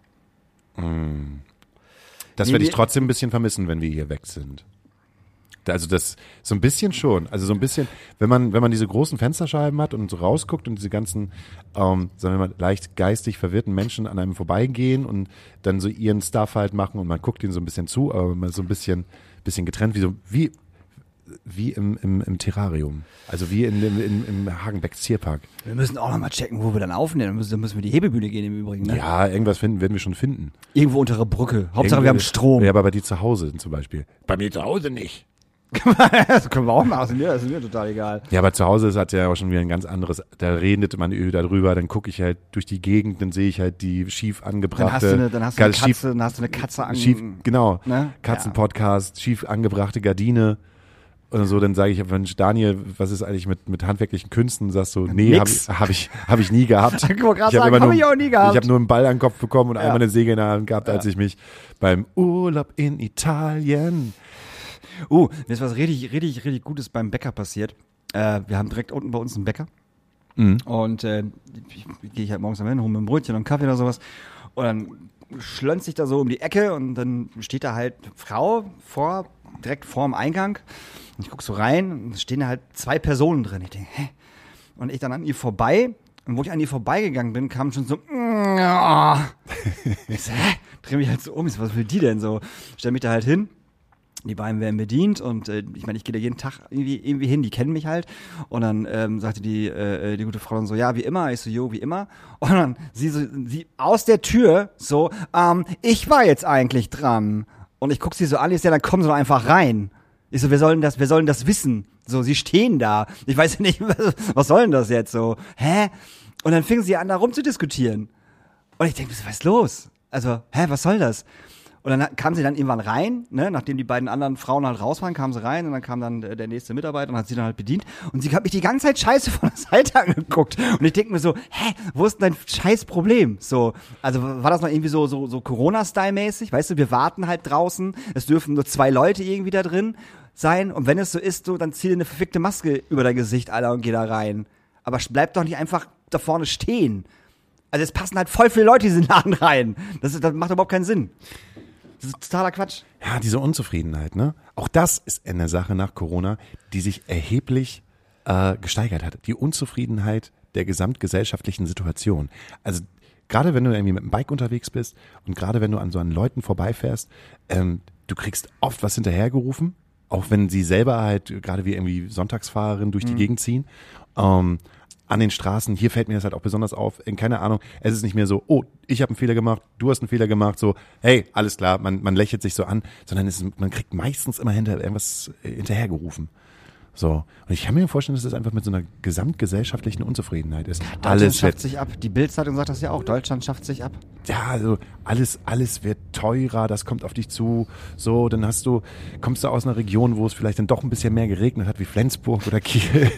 das Nee, werde ich wir- trotzdem ein bisschen vermissen, wenn wir hier weg sind. Also das, so ein bisschen schon. Also so ein bisschen, wenn man, wenn man diese großen Fensterscheiben hat und so rausguckt und diese ganzen, ähm, sagen wir mal, leicht geistig verwirrten Menschen an einem vorbeigehen und dann so ihren Stuff halt machen und man guckt ihnen so ein bisschen zu, aber man so ein bisschen, bisschen getrennt, wie so, wie, wie im, im, im Terrarium. Also wie in, dem- in, im Hagenbecks Tierpark. Wir müssen auch noch mal checken, wo wir dann aufnehmen. Dann müssen, dann müssen wir die Hebebühne gehen im Übrigen, ne? Ja, irgendwas finden, werden wir schon finden. Irgendwo unter der Brücke. Hauptsache wir haben Irgendwie- Strom. Ja, aber bei dir zu Hause zum Beispiel. Bei mir zu Hause nicht. Das können wir auch machen. Das ist mir, das ist mir total egal. Ja, aber zu Hause ist hat ja auch schon wieder ein ganz anderes, da redet man darüber, dann gucke ich halt durch die Gegend, dann sehe ich halt die schief angebrachte, Dann hast du eine, dann hast du eine ganz Katze, schief, dann hast du eine Katze an. schief, genau, Ne? Katzenpodcast, schief angebrachte Gardine und so, dann sage ich, Mensch, Daniel, was ist eigentlich mit, mit handwerklichen Künsten? Sagst du, nee, habe ich, Nix. hab ich, hab ich nie gehabt. Ich wollte gerade hab sagen, immer hab ich auch nie gehabt. Ich habe nur einen Ball an den Kopf bekommen und Ja. einmal eine Säge in der Hand gehabt, als ich mich beim Urlaub in Italien. Uh, mir ist was richtig, richtig, richtig Gutes beim Bäcker passiert. Äh, wir haben direkt unten bei uns einen Bäcker. Mhm. Und äh, ich, ich gehe halt morgens am hin, hole mir ein Brötchen und einen Kaffee oder sowas. Und dann schlönzt sich da so um die Ecke und dann steht da halt eine Frau vor, direkt vorm Eingang. Und ich gucke so rein und es stehen da halt zwei Personen drin. Ich denke, hä? Und ich dann an ihr vorbei. Und wo ich an ihr vorbeigegangen bin, kam schon so, ich so, hä? Dreh mich halt so um. Ich so, was will die denn so? Stell mich da halt hin. Die beiden werden bedient und äh, ich meine, ich gehe da jeden Tag irgendwie, irgendwie hin, die kennen mich halt. Und dann ähm, sagte die, äh, die gute Frau dann so, ja, wie immer. Ich so, jo, wie immer. Und dann sie so, sie aus der Tür so, ähm, ich war jetzt eigentlich dran. Und ich guck sie so an, ich so, ja, dann kommen sie doch einfach rein. Ich so, wir sollen das, wir sollen das wissen. So, sie stehen da. Ich weiß ja nicht, was, was soll denn das jetzt so? Hä? Und dann fingen sie an, da rumzudiskutieren. Und ich denke, was ist los? Also, hä, was soll das? Und dann kam sie dann irgendwann rein, ne, nachdem die beiden anderen Frauen halt raus waren, kam sie rein und dann kam dann der nächste Mitarbeiter und hat sie dann halt bedient. Und sie hat mich die ganze Zeit scheiße von der Seite angeguckt. Und ich denke mir so, hä, wo ist denn dein scheiß Problem? So, also war das noch irgendwie so, so, so Corona-Style-mäßig? Weißt du, wir warten halt draußen, es dürfen nur zwei Leute irgendwie da drin sein. Und wenn es so ist, so, dann zieh dir eine verfickte Maske über dein Gesicht, Alter, und geh da rein. Aber bleib doch nicht einfach da vorne stehen. Also es passen halt voll viele Leute in diesen Laden rein. Das, ist, das macht überhaupt keinen Sinn. Das ist totaler Quatsch. Ja, diese Unzufriedenheit, ne? Auch das ist eine Sache nach Corona, die sich erheblich äh, gesteigert hat. Die Unzufriedenheit der gesamtgesellschaftlichen Situation. Also gerade wenn du irgendwie mit dem Bike unterwegs bist und gerade wenn du an so an Leuten vorbeifährst, ähm, du kriegst oft was hinterhergerufen, auch wenn sie selber halt gerade wie irgendwie Sonntagsfahrerin durch die mhm. Gegend ziehen. Ähm, an den Straßen, hier fällt mir das halt auch besonders auf, in keine Ahnung, es ist nicht mehr so, oh, ich habe einen Fehler gemacht, du hast einen Fehler gemacht, so, hey, alles klar, man, man lächelt sich so an, sondern es ist, man kriegt meistens immer hinter irgendwas hinterhergerufen. So. Und ich kann mir vorstellen, dass das einfach mit so einer gesamtgesellschaftlichen Unzufriedenheit ist. Deutschland alles schafft wird, sich ab. Die Bild-Zeitung sagt das ja auch. Deutschland schafft sich ab. ja, also alles, alles wird teurer, das kommt auf dich zu. So, dann hast du, kommst du aus einer Region, wo es vielleicht dann doch ein bisschen mehr geregnet hat, wie Flensburg oder Kiel.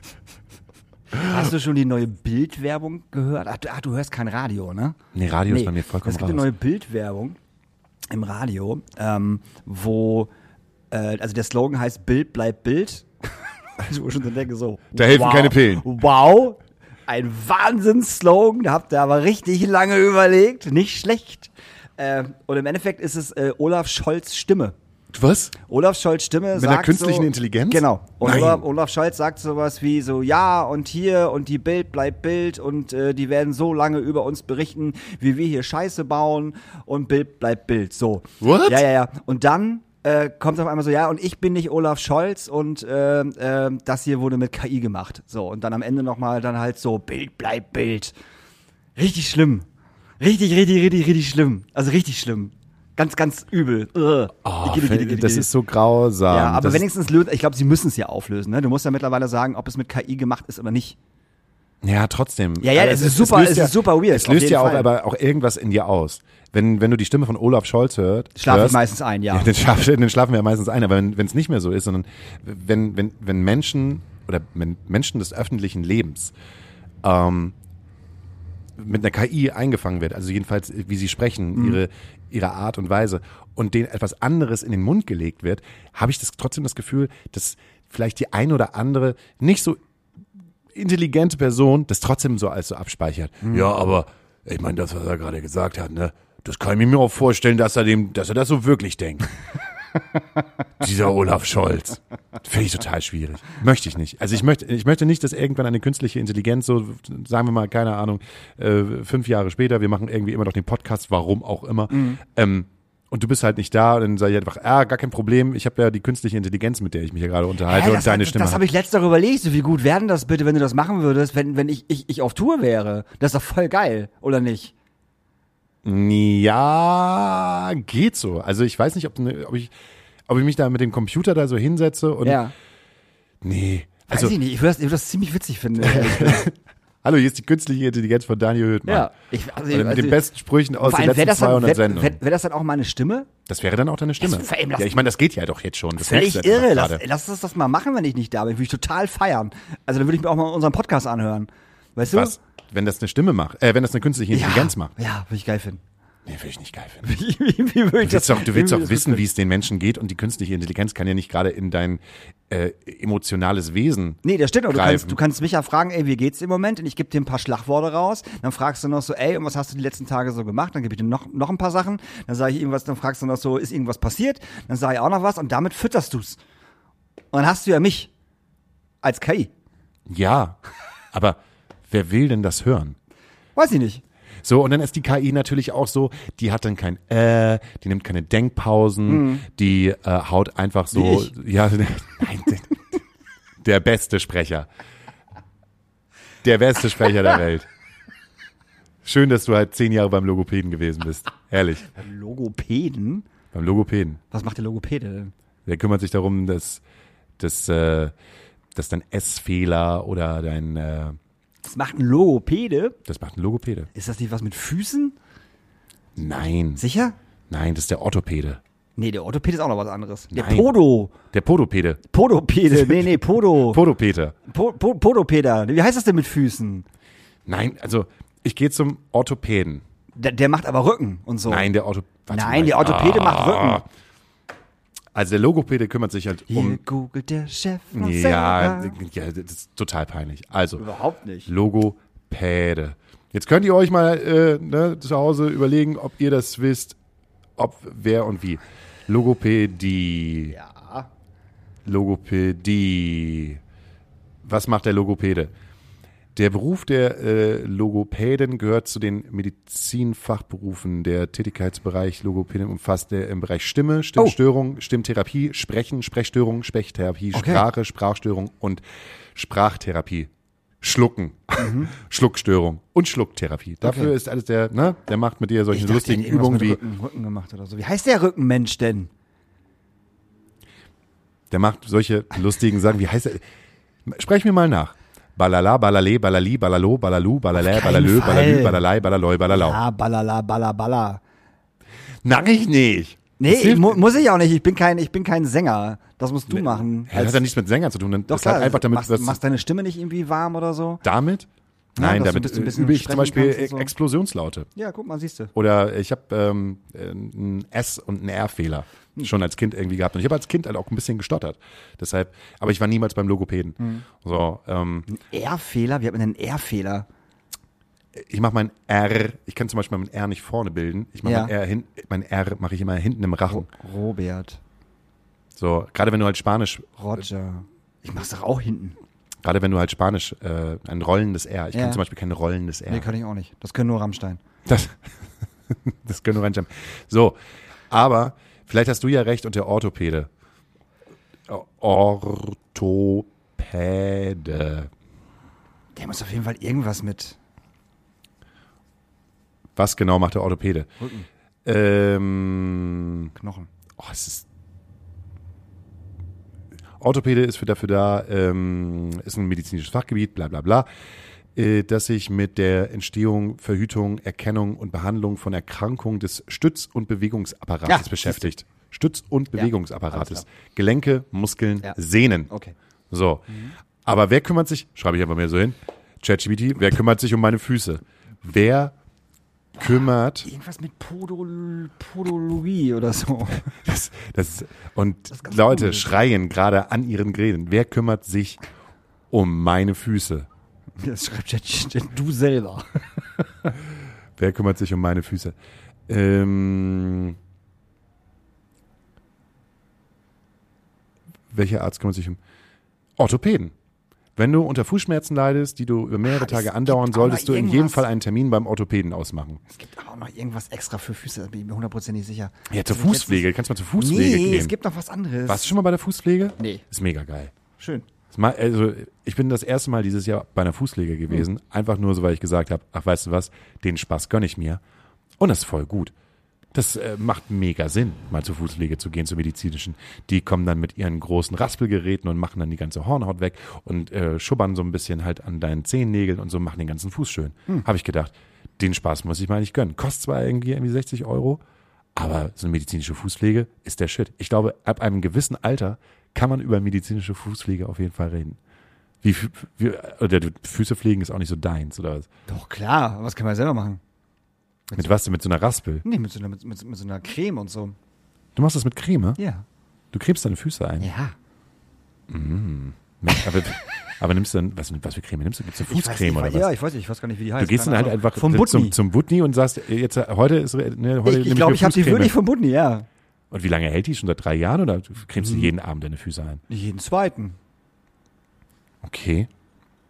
Hast du schon die neue Bild-Werbung gehört? Ach, du, ach, du hörst kein Radio, ne? Nee, Radio nee, ist bei mir vollkommen Es gibt raus. eine neue Bild-Werbung im Radio, ähm, wo, äh, also der Slogan heißt Bild bleibt Bild. Also wo ich schon so denke, so. Da helfen wow, keine Pillen. Wow, ein Wahnsinns-Slogan, da habt ihr aber richtig lange überlegt, nicht schlecht. Äh, und im Endeffekt ist es äh, Olaf Scholz' Stimme. Was? Olaf Scholz Stimme Mit sagt einer künstlichen so, Intelligenz? Genau. Und Nein. Olaf, Olaf Scholz sagt sowas wie so, ja, und hier und die Bild bleibt Bild und äh, die werden so lange über uns berichten, wie wir hier Scheiße bauen und Bild bleibt Bild. So. What? Ja, ja, ja. Und dann äh, kommt auf einmal so, ja, und ich bin nicht Olaf Scholz und äh, äh, das hier wurde mit K I gemacht. So. Und dann am Ende nochmal dann halt so, Bild bleibt Bild. Richtig schlimm. Richtig, richtig, richtig, richtig schlimm. Also richtig schlimm. Ganz, ganz übel. Ugh. Oh, das ist so grausam. Ja, aber das wenigstens lösen, ich glaube, sie müssen es ja auflösen. Ne? Du musst ja mittlerweile sagen, ob es mit K I gemacht ist oder nicht. Ja, trotzdem. Ja, ja, es ist super, es ist super weird. Es löst ja auch aber auch irgendwas in dir aus. Wenn, wenn du die Stimme von Olaf Scholz hört, Schlafe hörst, ich meistens ein, ja. ja dann, schlafen, dann schlafen wir ja meistens ein. Aber wenn es nicht mehr so ist, sondern wenn, wenn, wenn Menschen oder wenn Menschen des öffentlichen Lebens ähm, mit einer K I eingefangen wird, also jedenfalls, wie sie sprechen, mhm. ihre, ihre Art und Weise und denen etwas anderes in den Mund gelegt wird, habe ich das, trotzdem das Gefühl, dass vielleicht die ein oder andere nicht so intelligente Person das trotzdem so als so abspeichert. Mhm. Ja, aber ich meine, das, was er gerade gesagt hat, ne, das kann ich mir auch vorstellen, dass er dem, dass er das so wirklich denkt. Dieser Olaf Scholz. Finde ich total schwierig. Möchte ich nicht. Also ich möchte, ich möchte nicht, dass irgendwann eine künstliche Intelligenz, so sagen wir mal, keine Ahnung, äh, fünf Jahre später, wir machen irgendwie immer noch den Podcast, warum auch immer, mhm. ähm, und du bist halt nicht da und dann sage ich einfach, ah, gar kein Problem, ich habe ja die künstliche Intelligenz, mit der ich mich hier gerade unterhalte Hä, und das, deine das, Stimme. Das habe ich letztes Mal überlegt, so wie gut wäre denn das bitte, wenn du das machen würdest, wenn, wenn ich, ich, ich auf Tour wäre. Das ist doch voll geil, oder nicht? Ja, geht so. Also ich weiß nicht, ob, ob ich ob ich mich da mit dem Computer da so hinsetze und ja. Nee. Weiß Also, ich nicht, ich würde das, ich würd das ziemlich witzig finden. Hallo, hier ist die künstliche Intelligenz von Daniel Höhtmann. Ja. Ich, also, mit also, den besten Sprüchen aus den letzten das zweihundert dann, Sendungen. Wäre wär das dann auch meine Stimme? Das wäre dann auch deine Stimme. Das, ey, lass, ja, ich meine, das geht ja doch jetzt schon. Das völlig merkst du jetzt irre. doch Lass, lass uns das mal machen, wenn ich nicht da bin. Würde ich total feiern. Also dann würde ich mir auch mal unseren Podcast anhören. Weißt du? Was? Wenn das eine Stimme macht, äh, wenn das eine künstliche Intelligenz ja, macht. Ja, würde ich geil finden. Nee, würde ich nicht geil finden. Wie, wie, wie du willst doch, du willst doch wie wissen, wie es den Menschen geht und die künstliche Intelligenz kann ja nicht gerade in dein äh, emotionales Wesen Nee, das stimmt. Du greifen. kannst, du kannst mich ja fragen, ey, wie geht's im Moment? Und ich gebe dir ein paar Schlagworte raus. Dann fragst du noch so, ey, und was hast du die letzten Tage so gemacht? Dann gebe ich dir noch, noch ein paar Sachen. Dann sage ich irgendwas, dann fragst du noch so, ist irgendwas passiert? Dann sage ich auch noch was und damit fütterst du's. Und dann hast du ja mich als K I. Ja, aber wer will denn das hören? Weiß ich nicht. So, und dann ist die K I natürlich auch so, die hat dann kein äh, die nimmt keine Denkpausen, mhm. die äh, haut einfach so, ja, nein, der beste Sprecher. Der beste Sprecher der Welt. Schön, dass du halt zehn Jahre beim Logopäden gewesen bist. Ehrlich. Beim Logopäden? Beim Logopäden. Was macht der Logopäde denn? Der kümmert sich darum, dass, dass, äh, dass dein Essfehler oder dein... Äh, das macht ein Logopäde? Das macht ein Logopäde. Ist das nicht was mit Füßen? Nein. Sicher? Nein, das ist der Orthopäde. Nee, der Orthopäde ist auch noch was anderes. Der Nein. Podo. Der Podopäde. Podopäde. Nee, nee, Podo. Podopäde. Po, po, Podopäder. Wie heißt das denn mit Füßen? Nein, also ich gehe zum Orthopäden. Der, der macht aber Rücken und so. Nein, der Ortho Warte Nein, mal. der Orthopäde Ah. macht Rücken. Also der Logopäde kümmert sich halt um... Hier googelt der Chef noch Ja, selber. ja, das ist total peinlich. Also, Überhaupt nicht. Logopäde. Jetzt könnt ihr euch mal äh, ne, zu Hause überlegen, ob ihr das wisst, ob, wer und wie. Logopädie. Ja. Logopädie. Was macht der Logopäde? Der Beruf der äh, Logopäden gehört zu den Medizinfachberufen. Der Tätigkeitsbereich Logopäden umfasst der im Bereich Stimme, Stimmstörung, oh. Stimmtherapie, Sprechen, Sprechstörung, Sprechtherapie, Okay. Sprache, Sprachstörung und Sprachtherapie. Schlucken, mhm. Schluckstörung und Schlucktherapie. Dafür Okay. ist alles der, ne, der macht mit dir solche Ich dachte, lustigen der hat irgendwas Übungen wie, mit Rücken, Rücken gemacht oder so. Wie heißt der Rückenmensch denn? der macht solche lustigen Sachen. Wie heißt er? Sprech mir mal nach. Balala, balale, balali, balalo, balalu, balalä, Auf keinen balalö, Fall. balalü, balalei, balaloi, balalau. Ah, balala, bala, bala. Mach ich nicht. Nee, Das hilft- mu muss ich auch nicht. Ich bin kein, ich bin kein Sänger. Das musst du machen. Ja, das hat ja nichts mit Sängern zu tun. Doch, Das klar. hat einfach damit, machst, dass machst deine Stimme nicht irgendwie warm oder so? damit, Ja, nein, dass du damit ein bisschen- bisschen übe ich sprechen zum Beispiel kannst und so. Explosionslaute. Ja, guck mal, siehst du. Oder ich habe ähm, einen S- und einen R-Fehler Hm. schon als Kind irgendwie gehabt. Und ich habe als Kind halt auch ein bisschen gestottert. Deshalb, aber ich war niemals beim Logopäden. Hm. So, ähm, R-Fehler? Wie hat man denn einen R-Fehler? ich mache mein R, ich kann zum Beispiel mein R nicht vorne bilden. Ich mache Ja. mein R hin, mein R mache ich immer hinten im Rachen. Robert. So, gerade wenn du halt Spanisch, Roger. Ich mach's doch auch hinten. gerade wenn du halt Spanisch, äh, ein rollendes R. Ich Ja. kann zum Beispiel kein rollendes R. Nee, kann ich auch nicht. Das können nur Rammstein. Das, das können wir reinschreiben. So, aber vielleicht hast du ja recht und der Orthopäde. Orthopäde. Der muss auf jeden Fall irgendwas mit Was genau macht der Orthopäde? Rücken, Ähm, Knochen. oh, es ist Orthopäde ist für dafür da, ähm, ist ein medizinisches Fachgebiet, bla bla bla, äh, das sich mit der Entstehung, Verhütung, Erkennung und Behandlung von Erkrankungen des Stütz- und Bewegungsapparates Ja, beschäftigt. Stütz- und Ja, Bewegungsapparates. alles Gelenke, Muskeln, Ja. Sehnen. Okay. So. Aber wer kümmert sich, schreibe ich einfach mal so hin, ChatGPT, wer kümmert sich um meine Füße? Wer kümmert, Irgendwas mit Podol Podologie oder so. das, das, und ist ganz Leute cool. schreien gerade an ihren Geräten, wer kümmert sich um meine Füße? Das schreibt jetzt du selber. Wer kümmert sich um meine Füße? Ähm, welcher Arzt kümmert sich um Orthopäden? Wenn du unter Fußschmerzen leidest, die du über mehrere Ah, es Tage andauern, gibt auch solltest du noch in jedem irgendwas. Fall einen Termin beim Orthopäden ausmachen. Es gibt auch noch irgendwas extra für Füße, da bin ich mir hundertprozentig sicher. Ja, zur Das hab ich Fußpflege. Kannst du mal zur letztens- Fußpflege Nee, gehen. es gibt noch was anderes. Warst du schon mal bei der Fußpflege? Nee. Ist mega geil. Schön. Das ma- Also, ich bin das erste Mal dieses Jahr bei einer Fußpflege gewesen. Hm. Einfach nur so, weil ich gesagt habe, ach, weißt du was, den Spaß gönne ich mir. Und das ist voll gut. Das äh, macht mega Sinn, mal zur Fußpflege zu gehen, zur medizinischen. Die kommen dann mit ihren großen Raspelgeräten und machen dann die ganze Hornhaut weg und äh, schubbern so ein bisschen halt an deinen Zehennägeln und so, machen den ganzen Fuß schön. Hm. Habe ich gedacht, den Spaß muss ich mal nicht gönnen. Kostet zwar irgendwie, irgendwie sechzig Euro, aber so eine medizinische Fußpflege ist der Shit. Ich glaube, ab einem gewissen Alter kann man über medizinische Fußpflege auf jeden Fall reden. Wie, wie oder du- Füße pflegen ist auch nicht so deins, oder was? Doch, klar. Was kann man selber machen? Mit was denn? Mit so einer Raspel? Nee, mit so einer, mit, mit, mit so einer Creme und so. Du machst das mit Creme? Ja. Du cremst deine Füße ein? Ja. Aber, aber nimmst du dann, was, was für Creme nimmst du? Gibt's eine Ich weiß, Fußcreme ich oder weiß, was? Ja, ich weiß nicht, ich weiß gar nicht, wie die heißt. Du gehst dann Keine halt Ahnung. einfach vom zum, Butni. zum Butni und sagst, äh, jetzt, äh, heute ist, ne, heute Ich, nehm ich glaube, mir ich habe die Fußcreme. wirklich vom Butni, ja. Und wie lange hält die? Schon seit drei Jahren oder cremst du Mhm. jeden Abend deine Füße ein? Jeden zweiten. Okay.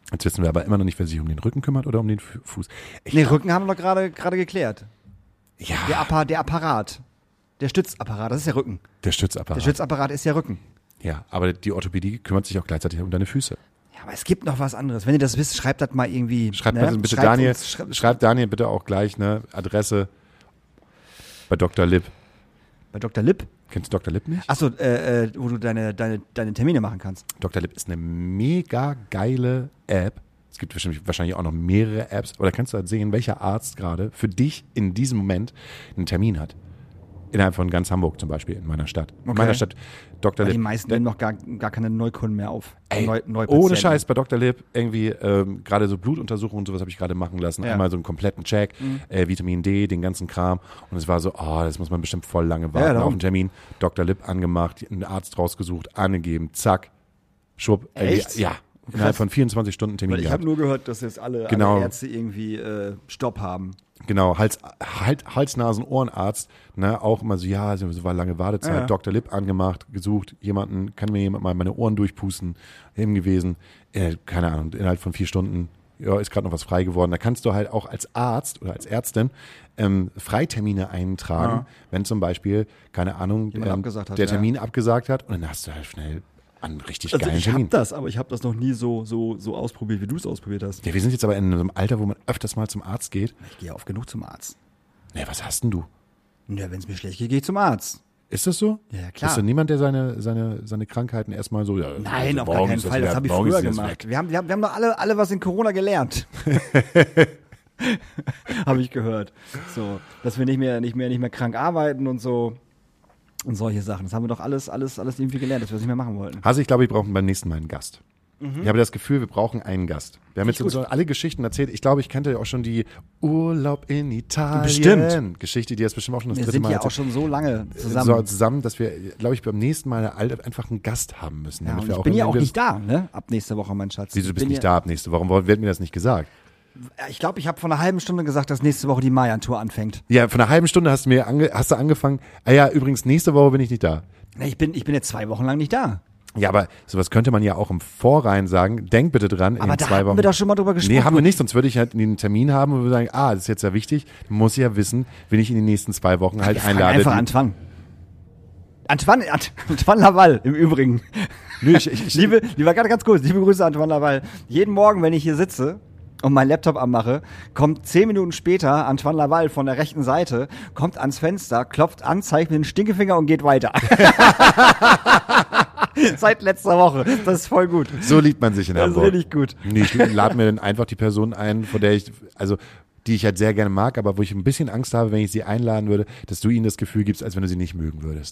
Jetzt wissen wir aber immer noch nicht, wer sich um den Rücken kümmert oder um den Fu- Fuß. Ich Nee, glaub- Rücken haben wir doch gerade gerade geklärt. Ja, Der, Appa, der Apparat. Der Stützapparat, das ist ja Rücken. der Stützapparat. Der Stützapparat ist ja Rücken. Ja, aber die Orthopädie kümmert sich auch gleichzeitig um deine Füße. Ja, aber es gibt noch was anderes. Wenn ihr das wisst, schreibt das mal irgendwie. Schreibt ne? mal bitte Schreibt Daniel, uns, schreibt, schreibt Daniel bitte auch gleich eine Adresse bei Doktor Lipp. bei Doktor Lipp. Kennst du Doktor Lipp nicht? Achso, äh, äh, wo du deine, deine, deine Termine machen kannst. Doktor Lipp ist eine mega geile App. Es gibt wahrscheinlich, wahrscheinlich auch noch mehrere Apps. Aber da kannst du halt sehen, welcher Arzt gerade für dich in diesem Moment einen Termin hat. Innerhalb von ganz Hamburg zum Beispiel, in meiner Stadt. In Okay. meiner Stadt Doktor Weil Lipp. die meisten nehmen noch gar, gar keine Neukunden mehr auf. Ey, Neu, Neupatienten. ohne Scheiß, bei Doktor Lipp irgendwie ähm, gerade so Blutuntersuchungen und sowas habe ich gerade machen lassen. Ja. Einmal so einen kompletten Check, Mhm. äh, Vitamin D, den ganzen Kram. Und es war so, oh, das muss man bestimmt voll lange warten darum. auf einen Termin. Doktor Lipp angemacht, einen Arzt rausgesucht, angegeben, zack, schwupp. irgendwie- Echt? Ja, innerhalb von vierundzwanzig Stunden Termin Weil ich gehabt. habe nur gehört, dass jetzt alle, Genau. alle Ärzte irgendwie äh, Stopp haben. Genau, Hals, halt, Hals, Nasen, Ohrenarzt, ne, auch immer so, ja, so war lange Wartezeit, Ja, ja. Doktor Lipp angemacht, gesucht, jemanden, kann mir jemand mal meine Ohren durchpusten, eben gewesen, äh, keine Ahnung, innerhalb von vier Stunden, ja, ist gerade noch was frei geworden. Da kannst du halt auch als Arzt oder als Ärztin ähm, Freitermine eintragen, Ja. wenn zum Beispiel, keine Ahnung, Jemand ähm, abgesagt hat, der ja. Termin abgesagt hat und dann hast du halt schnell einen richtig Also geilen ich Termin. habe das, aber ich habe das noch nie so, so, so ausprobiert, wie du es ausprobiert hast. Ja, wir sind jetzt aber in einem Alter, wo man öfters mal zum Arzt geht. Ich gehe oft genug zum Arzt. Ja, was hast denn du? Ja, wenn es mir schlecht geht, gehe ich zum Arzt. Ist das so? Ja, klar. Bist du niemand, der seine, seine, seine Krankheiten erstmal so, ja, Nein, also auf gar morgen keinen ist das Fall. Das weg, habe ich morgen früher ist das gemacht. weg. Wir haben, wir, haben, wir haben doch alle, alle was in Corona gelernt. Habe ich gehört. So, dass wir nicht mehr, nicht mehr, nicht mehr krank arbeiten und so. Und solche Sachen. Das haben wir doch alles, alles, alles irgendwie gelernt, dass wir das nicht mehr machen wollten. Also ich glaube, wir brauchen beim nächsten Mal einen Gast. Ich habe das Gefühl, wir brauchen einen Gast. Wir haben jetzt Mhm. gut. sowieso alle Geschichten erzählt. Ich glaube, ich kannte auch schon die Urlaub in Italien Bestimmt. Geschichte, die ist bestimmt auch schon das Wir dritte sind Mal ja auch schon so lange zusammen. So, zusammen, dass wir, glaube ich, beim nächsten Mal alle einfach einen Gast haben müssen. ja, damit und wir ich bin ja auch irgendwie nicht da, ne? Ab nächste Woche, mein Schatz. Wieso, du Ich bist bin nicht ja, da ab nächste Woche? Warum wird mir das nicht gesagt? Ich glaube, ich habe vor einer halben Stunde gesagt, dass nächste Woche die Mayan-Tour anfängt. Ja, von einer halben Stunde hast du mir ange, hast du angefangen. Ah ja, übrigens, nächste Woche bin ich nicht da. Na, Ich bin, ich bin jetzt zwei Wochen lang nicht da. Ja, aber sowas könnte man ja auch im Vorrein sagen. Denk bitte dran, in Aber den da zwei hatten Wochen. wir doch schon mal drüber gesprochen. Nee, haben wir nicht, sonst würde ich halt einen Termin haben und würde sagen, ah, das ist jetzt ja wichtig, muss ich ja wissen, wen ich in den nächsten zwei Wochen halt Wir fragen einlade. einfach Die- Antoine. Antoine, Ant- Antoine Laval, im Übrigen. Nö, ich, ich, ich, Liebe, lieber ganz, ganz kurz, liebe Grüße Antoine Laval. Jeden Morgen, wenn ich hier sitze und meinen Laptop anmache, kommt zehn Minuten später Antoine Laval von der rechten Seite, kommt ans Fenster, klopft an, zeigt mit dem Stinkefinger und geht weiter. Seit letzter Woche. Das ist voll gut. so liebt man sich in Das ist Hamburg. richtig gut. Nee, ich lade mir dann einfach die Person ein, von der ich, also die ich halt sehr gerne mag, aber wo ich ein bisschen Angst habe, wenn ich sie einladen würde, dass du ihnen das Gefühl gibst, als wenn du sie nicht mögen würdest.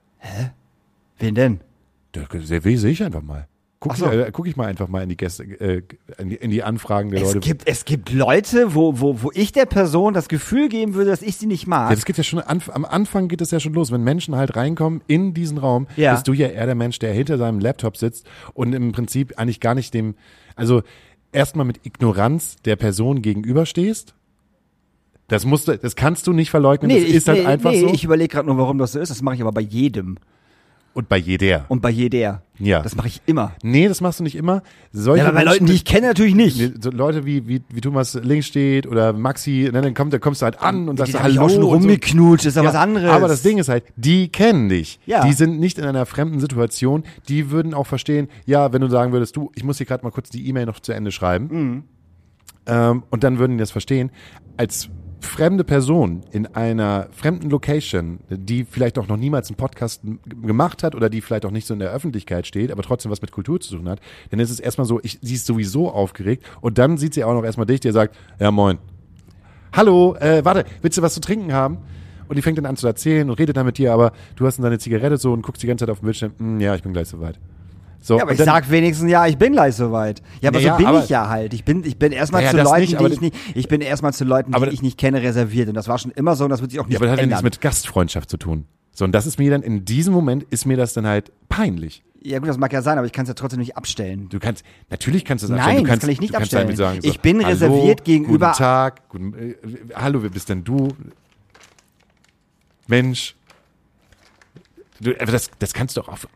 Wen denn? Das sehe ich einfach mal. Guck, Ach so. ich, äh, guck ich mal einfach mal in die Gäste, äh, in, die, in die Anfragen der Es Leute. gibt, es gibt Leute, wo, wo, wo ich der Person das Gefühl geben würde, dass ich sie nicht mag. Ja, das geht ja schon, an, am Anfang geht es ja schon los, wenn Menschen halt reinkommen in diesen Raum, Ja. bist du ja eher der Mensch, der hinter seinem Laptop sitzt und im Prinzip eigentlich gar nicht dem, also erstmal mit Ignoranz der Person gegenüberstehst. Das musst du, das kannst du nicht verleugnen, das ich, ist halt nee, einfach nee, so. ich überlege gerade nur, warum das so ist. Das mache ich aber bei jedem. Und bei jeder. Und bei jeder. Ja. Das mache ich immer. Nee, das machst du nicht immer. Solche Ja, aber bei Menschen, Leuten, die ich kenne, natürlich nicht. Nee, so Leute wie, wie, wie Thomas links steht oder Maxi, ne, dann, kommt, dann kommst du halt an und sagst Die so, hab ich hallo. auch schon und so. rumgeknutscht, ist ja Ja, was anderes. Aber das Ding ist halt, die kennen dich. Ja. Die sind nicht in einer fremden Situation. Die würden auch verstehen, ja, wenn du sagen würdest, du, ich muss hier gerade mal kurz die E-Mail noch zu Ende schreiben. Mhm. Ähm, und dann würden die das verstehen. Als fremde Person in einer fremden Location, die vielleicht auch noch niemals einen Podcast m- gemacht hat oder die vielleicht auch nicht so in der Öffentlichkeit steht, aber trotzdem was mit Kultur zu tun hat, dann ist es erstmal so, ich, sie ist sowieso aufgeregt und dann sieht sie auch noch erstmal dich, der sagt, ja moin, hallo, äh, warte, willst du was zu trinken haben? Und die fängt dann an zu erzählen und redet dann mit dir, aber du hast dann deine Zigarette so und guckst die ganze Zeit auf den Bildschirm, "Hm, ja, ich bin gleich soweit. So, Ja, aber und ich dann- sag wenigstens, ja, ich bin gleich soweit. Ja, aber Ja, so bin aber- ich ja halt. Ich bin, ich bin erstmal Ja, ja, zu das Leuten, nicht, aber die ich nicht, ich bin erstmal zu Leuten, die aber- ich nicht kenne, reserviert. Und das war schon immer so und das wird sich auch nicht Ja, aber das hat ja ändern. nichts mit Gastfreundschaft zu tun. So, und das ist mir dann, in diesem Moment ist mir das dann halt peinlich. Ja gut, das mag ja sein, aber ich kann es ja trotzdem nicht abstellen. Du kannst, natürlich kannst du das Nein, abstellen. Du das kannst, kann ich nicht du kannst abstellen. halt sagen, so, Ich bin hallo, reserviert gegenüber- Guten Tag, guten, äh, hallo, wer bist denn du? Mensch. Du, aber das, das kannst du auch auf, aus,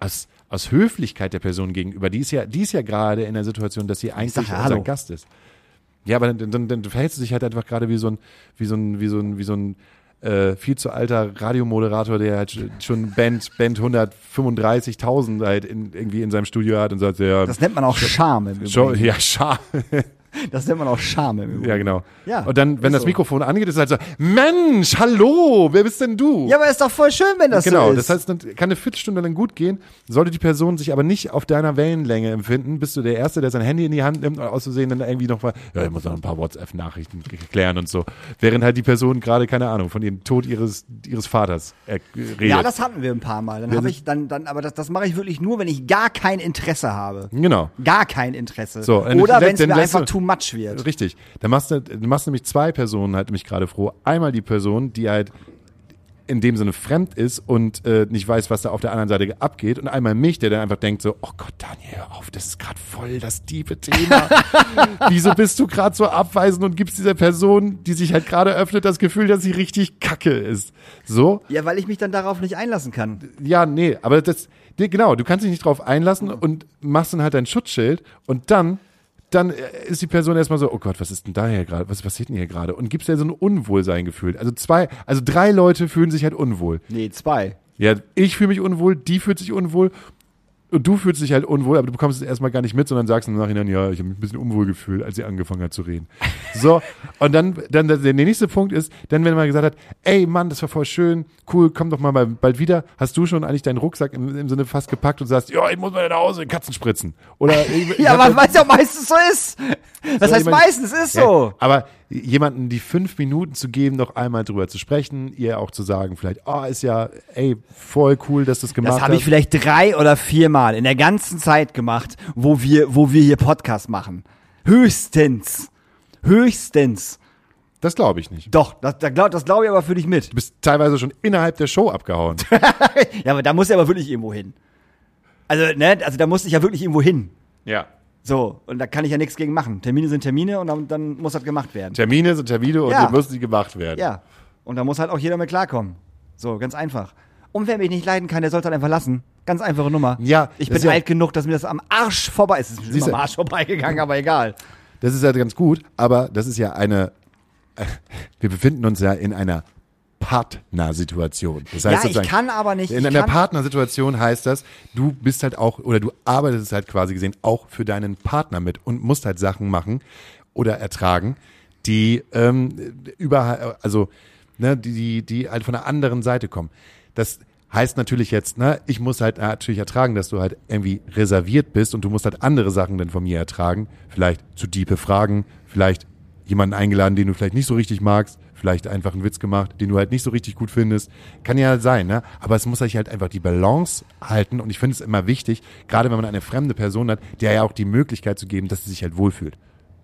aus Höflichkeit der Person gegenüber, die ist ja, die ist ja gerade in der Situation, dass sie eigentlich sag ja, unser hallo. Gast ist. Ja, aber dann, dann, dann verhältst du dich halt einfach gerade wie so ein, wie so ein, wie so ein, wie so ein äh, viel zu alter Radiomoderator, der halt schon Band, Band hundertfünfunddreißigtausend halt in, irgendwie in seinem Studio hat und sagt, ja. Das nennt man auch Charme im Übrigen. Schon, ja, Scham. Das nennt man auch Charme im Übrigen. Ja, genau. Ja, und dann, wenn ist das so. Mikrofon angeht, ist es halt so, Mensch, hallo, wer bist denn du? Ja, aber ist doch voll schön, wenn das Genau, so ist. das heißt, dann kann eine Viertelstunde lang gut gehen, sollte die Person sich aber nicht auf deiner Wellenlänge empfinden, bist du der Erste, der sein Handy in die Hand nimmt und auszusehen dann irgendwie noch mal, ja, ich muss noch ein paar WhatsApp-Nachrichten klären und so. Während halt die Person gerade, keine Ahnung, von dem Tod ihres, ihres Vaters äh, redet. Ja, das hatten wir ein paar Mal. Dann Ja, habe das- ich, dann, dann, aber das, das mache ich wirklich nur, wenn ich gar kein Interesse habe. Genau. Gar kein Interesse. So, und Oder dann wenn es lässt- mir dann lässt einfach du- too much wird. Richtig. Da machst du, du machst nämlich zwei Personen, halt mich gerade froh. Einmal die Person, die halt in dem Sinne fremd ist und äh, nicht weiß, was da auf der anderen Seite abgeht. Und einmal mich, der dann einfach denkt so, oh Gott, Daniel, hör auf, das ist gerade voll das tiefe Thema. Wieso bist du gerade so abweisend und gibst dieser Person, die sich halt gerade öffnet, das Gefühl, dass sie richtig kacke ist. So? Ja, weil ich mich dann darauf nicht einlassen kann. Ja, nee, aber das, nee, genau, du kannst dich nicht drauf einlassen und machst dann halt dein Schutzschild und dann, dann ist die Person erstmal so, oh Gott, was ist denn da hier gerade, was passiert denn hier gerade? Und gibst dir so ein Unwohlsein gefühlt. Also zwei, also drei Leute fühlen sich halt unwohl. Nee, zwei. Ja, ich fühle mich unwohl, die fühlt sich unwohl und du fühlst dich halt unwohl, aber du bekommst es erstmal gar nicht mit, sondern sagst im Nachhinein, ja, ich habe mich ein bisschen unwohl gefühlt, als sie angefangen hat zu reden. So, und dann, dann der nächste Punkt ist, dann wenn man gesagt hat, ey Mann, das war voll schön, cool, komm doch mal bald wieder, hast du schon eigentlich deinen Rucksack im, im Sinne fast gepackt und sagst, ja, ich muss mal nach Hause, Katzen spritzen. Oder ich, ich Ja, hab- aber weil es ja meistens so ist. Das So, heißt ich mein- meistens ist so. Ja, aber jemanden die fünf Minuten zu geben, noch einmal drüber zu sprechen, ihr auch zu sagen, vielleicht, oh, ist ja, ey, voll cool, dass du es gemacht Das hast. habe ich vielleicht drei oder vier Mal in der ganzen Zeit gemacht, wo wir, wo wir hier Podcast machen. Höchstens. Höchstens. Das glaube ich nicht. Doch, das, das glaube das glaub ich aber für dich mit. Du bist teilweise schon innerhalb der Show abgehauen. Ja, aber da muss er aber wirklich irgendwo hin. Also, ne, also da muss ich ja wirklich irgendwo hin. Ja. So, und da kann ich ja nichts gegen machen. Termine sind Termine und dann, dann muss das gemacht werden. Termine sind Termine und Ja. die müssen die gemacht werden. Ja. Und da muss halt auch jeder mit klarkommen. So, ganz einfach. Und wer mich nicht leiden kann, der sollte halt einfach lassen. Ganz einfache Nummer. Ja, Ich das bin ist ja- alt genug, dass mir das am Arsch vorbei ist. Es ist mir Siehst immer du? am Arsch vorbeigegangen, aber egal. Das ist ja ganz gut, aber das ist ja eine, äh, wir befinden uns ja in einer Partnersituation. Das heißt Ja, ich sozusagen, kann aber nicht. In ich einer kann, Partnersituation heißt das, du bist halt auch, oder du arbeitest halt quasi gesehen auch für deinen Partner mit und musst halt Sachen machen oder ertragen, die ähm, über, also ne, die, die, die halt von der anderen Seite kommen. Das heißt natürlich jetzt, ne, ich muss halt natürlich ertragen, dass du halt irgendwie reserviert bist und du musst halt andere Sachen dann von mir ertragen. Vielleicht zu diepe Fragen, vielleicht jemanden eingeladen, den du vielleicht nicht so richtig magst, vielleicht einfach einen Witz gemacht, den du halt nicht so richtig gut findest. Kann ja sein, ne? Aber es muss sich halt einfach die Balance halten und ich finde es immer wichtig, gerade wenn man eine fremde Person hat, der ja auch die Möglichkeit zu geben, dass sie sich halt wohlfühlt.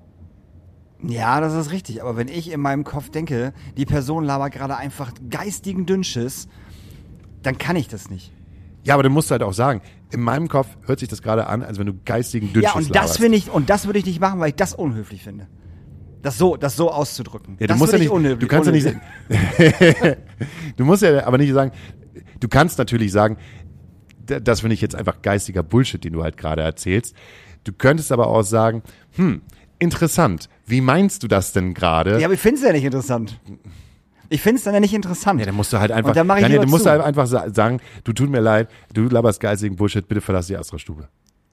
Ja, das ist richtig. Aber wenn ich in meinem Kopf denke, die Person labert gerade einfach geistigen Dünnschiss, dann kann ich das nicht. Ja, aber dann musst du halt auch sagen, in meinem Kopf hört sich das gerade an, als wenn du geistigen Dünnschiss Ja, und das laberst. finde ich, und das würde ich nicht machen, weil ich das unhöflich finde. Das so, das so auszudrücken. Ja, du das musst ja würde ich nicht, unhöflich, du kannst ja nicht, unhöflich. du musst ja aber nicht sagen, du kannst natürlich sagen, d- das finde ich jetzt einfach geistiger Bullshit, den du halt gerade erzählst. Du könntest aber auch sagen, hm, interessant, wie meinst du das denn gerade? Ja, aber ich finde es ja nicht interessant. Ich finde es dann ja nicht interessant. Ja, dann musst du halt einfach, Und dann mach ich Daniel, lieber du musst zu. halt einfach sa- sagen, du tut mir leid, du laberst geistigen Bullshit, bitte verlass die Astra-Stube.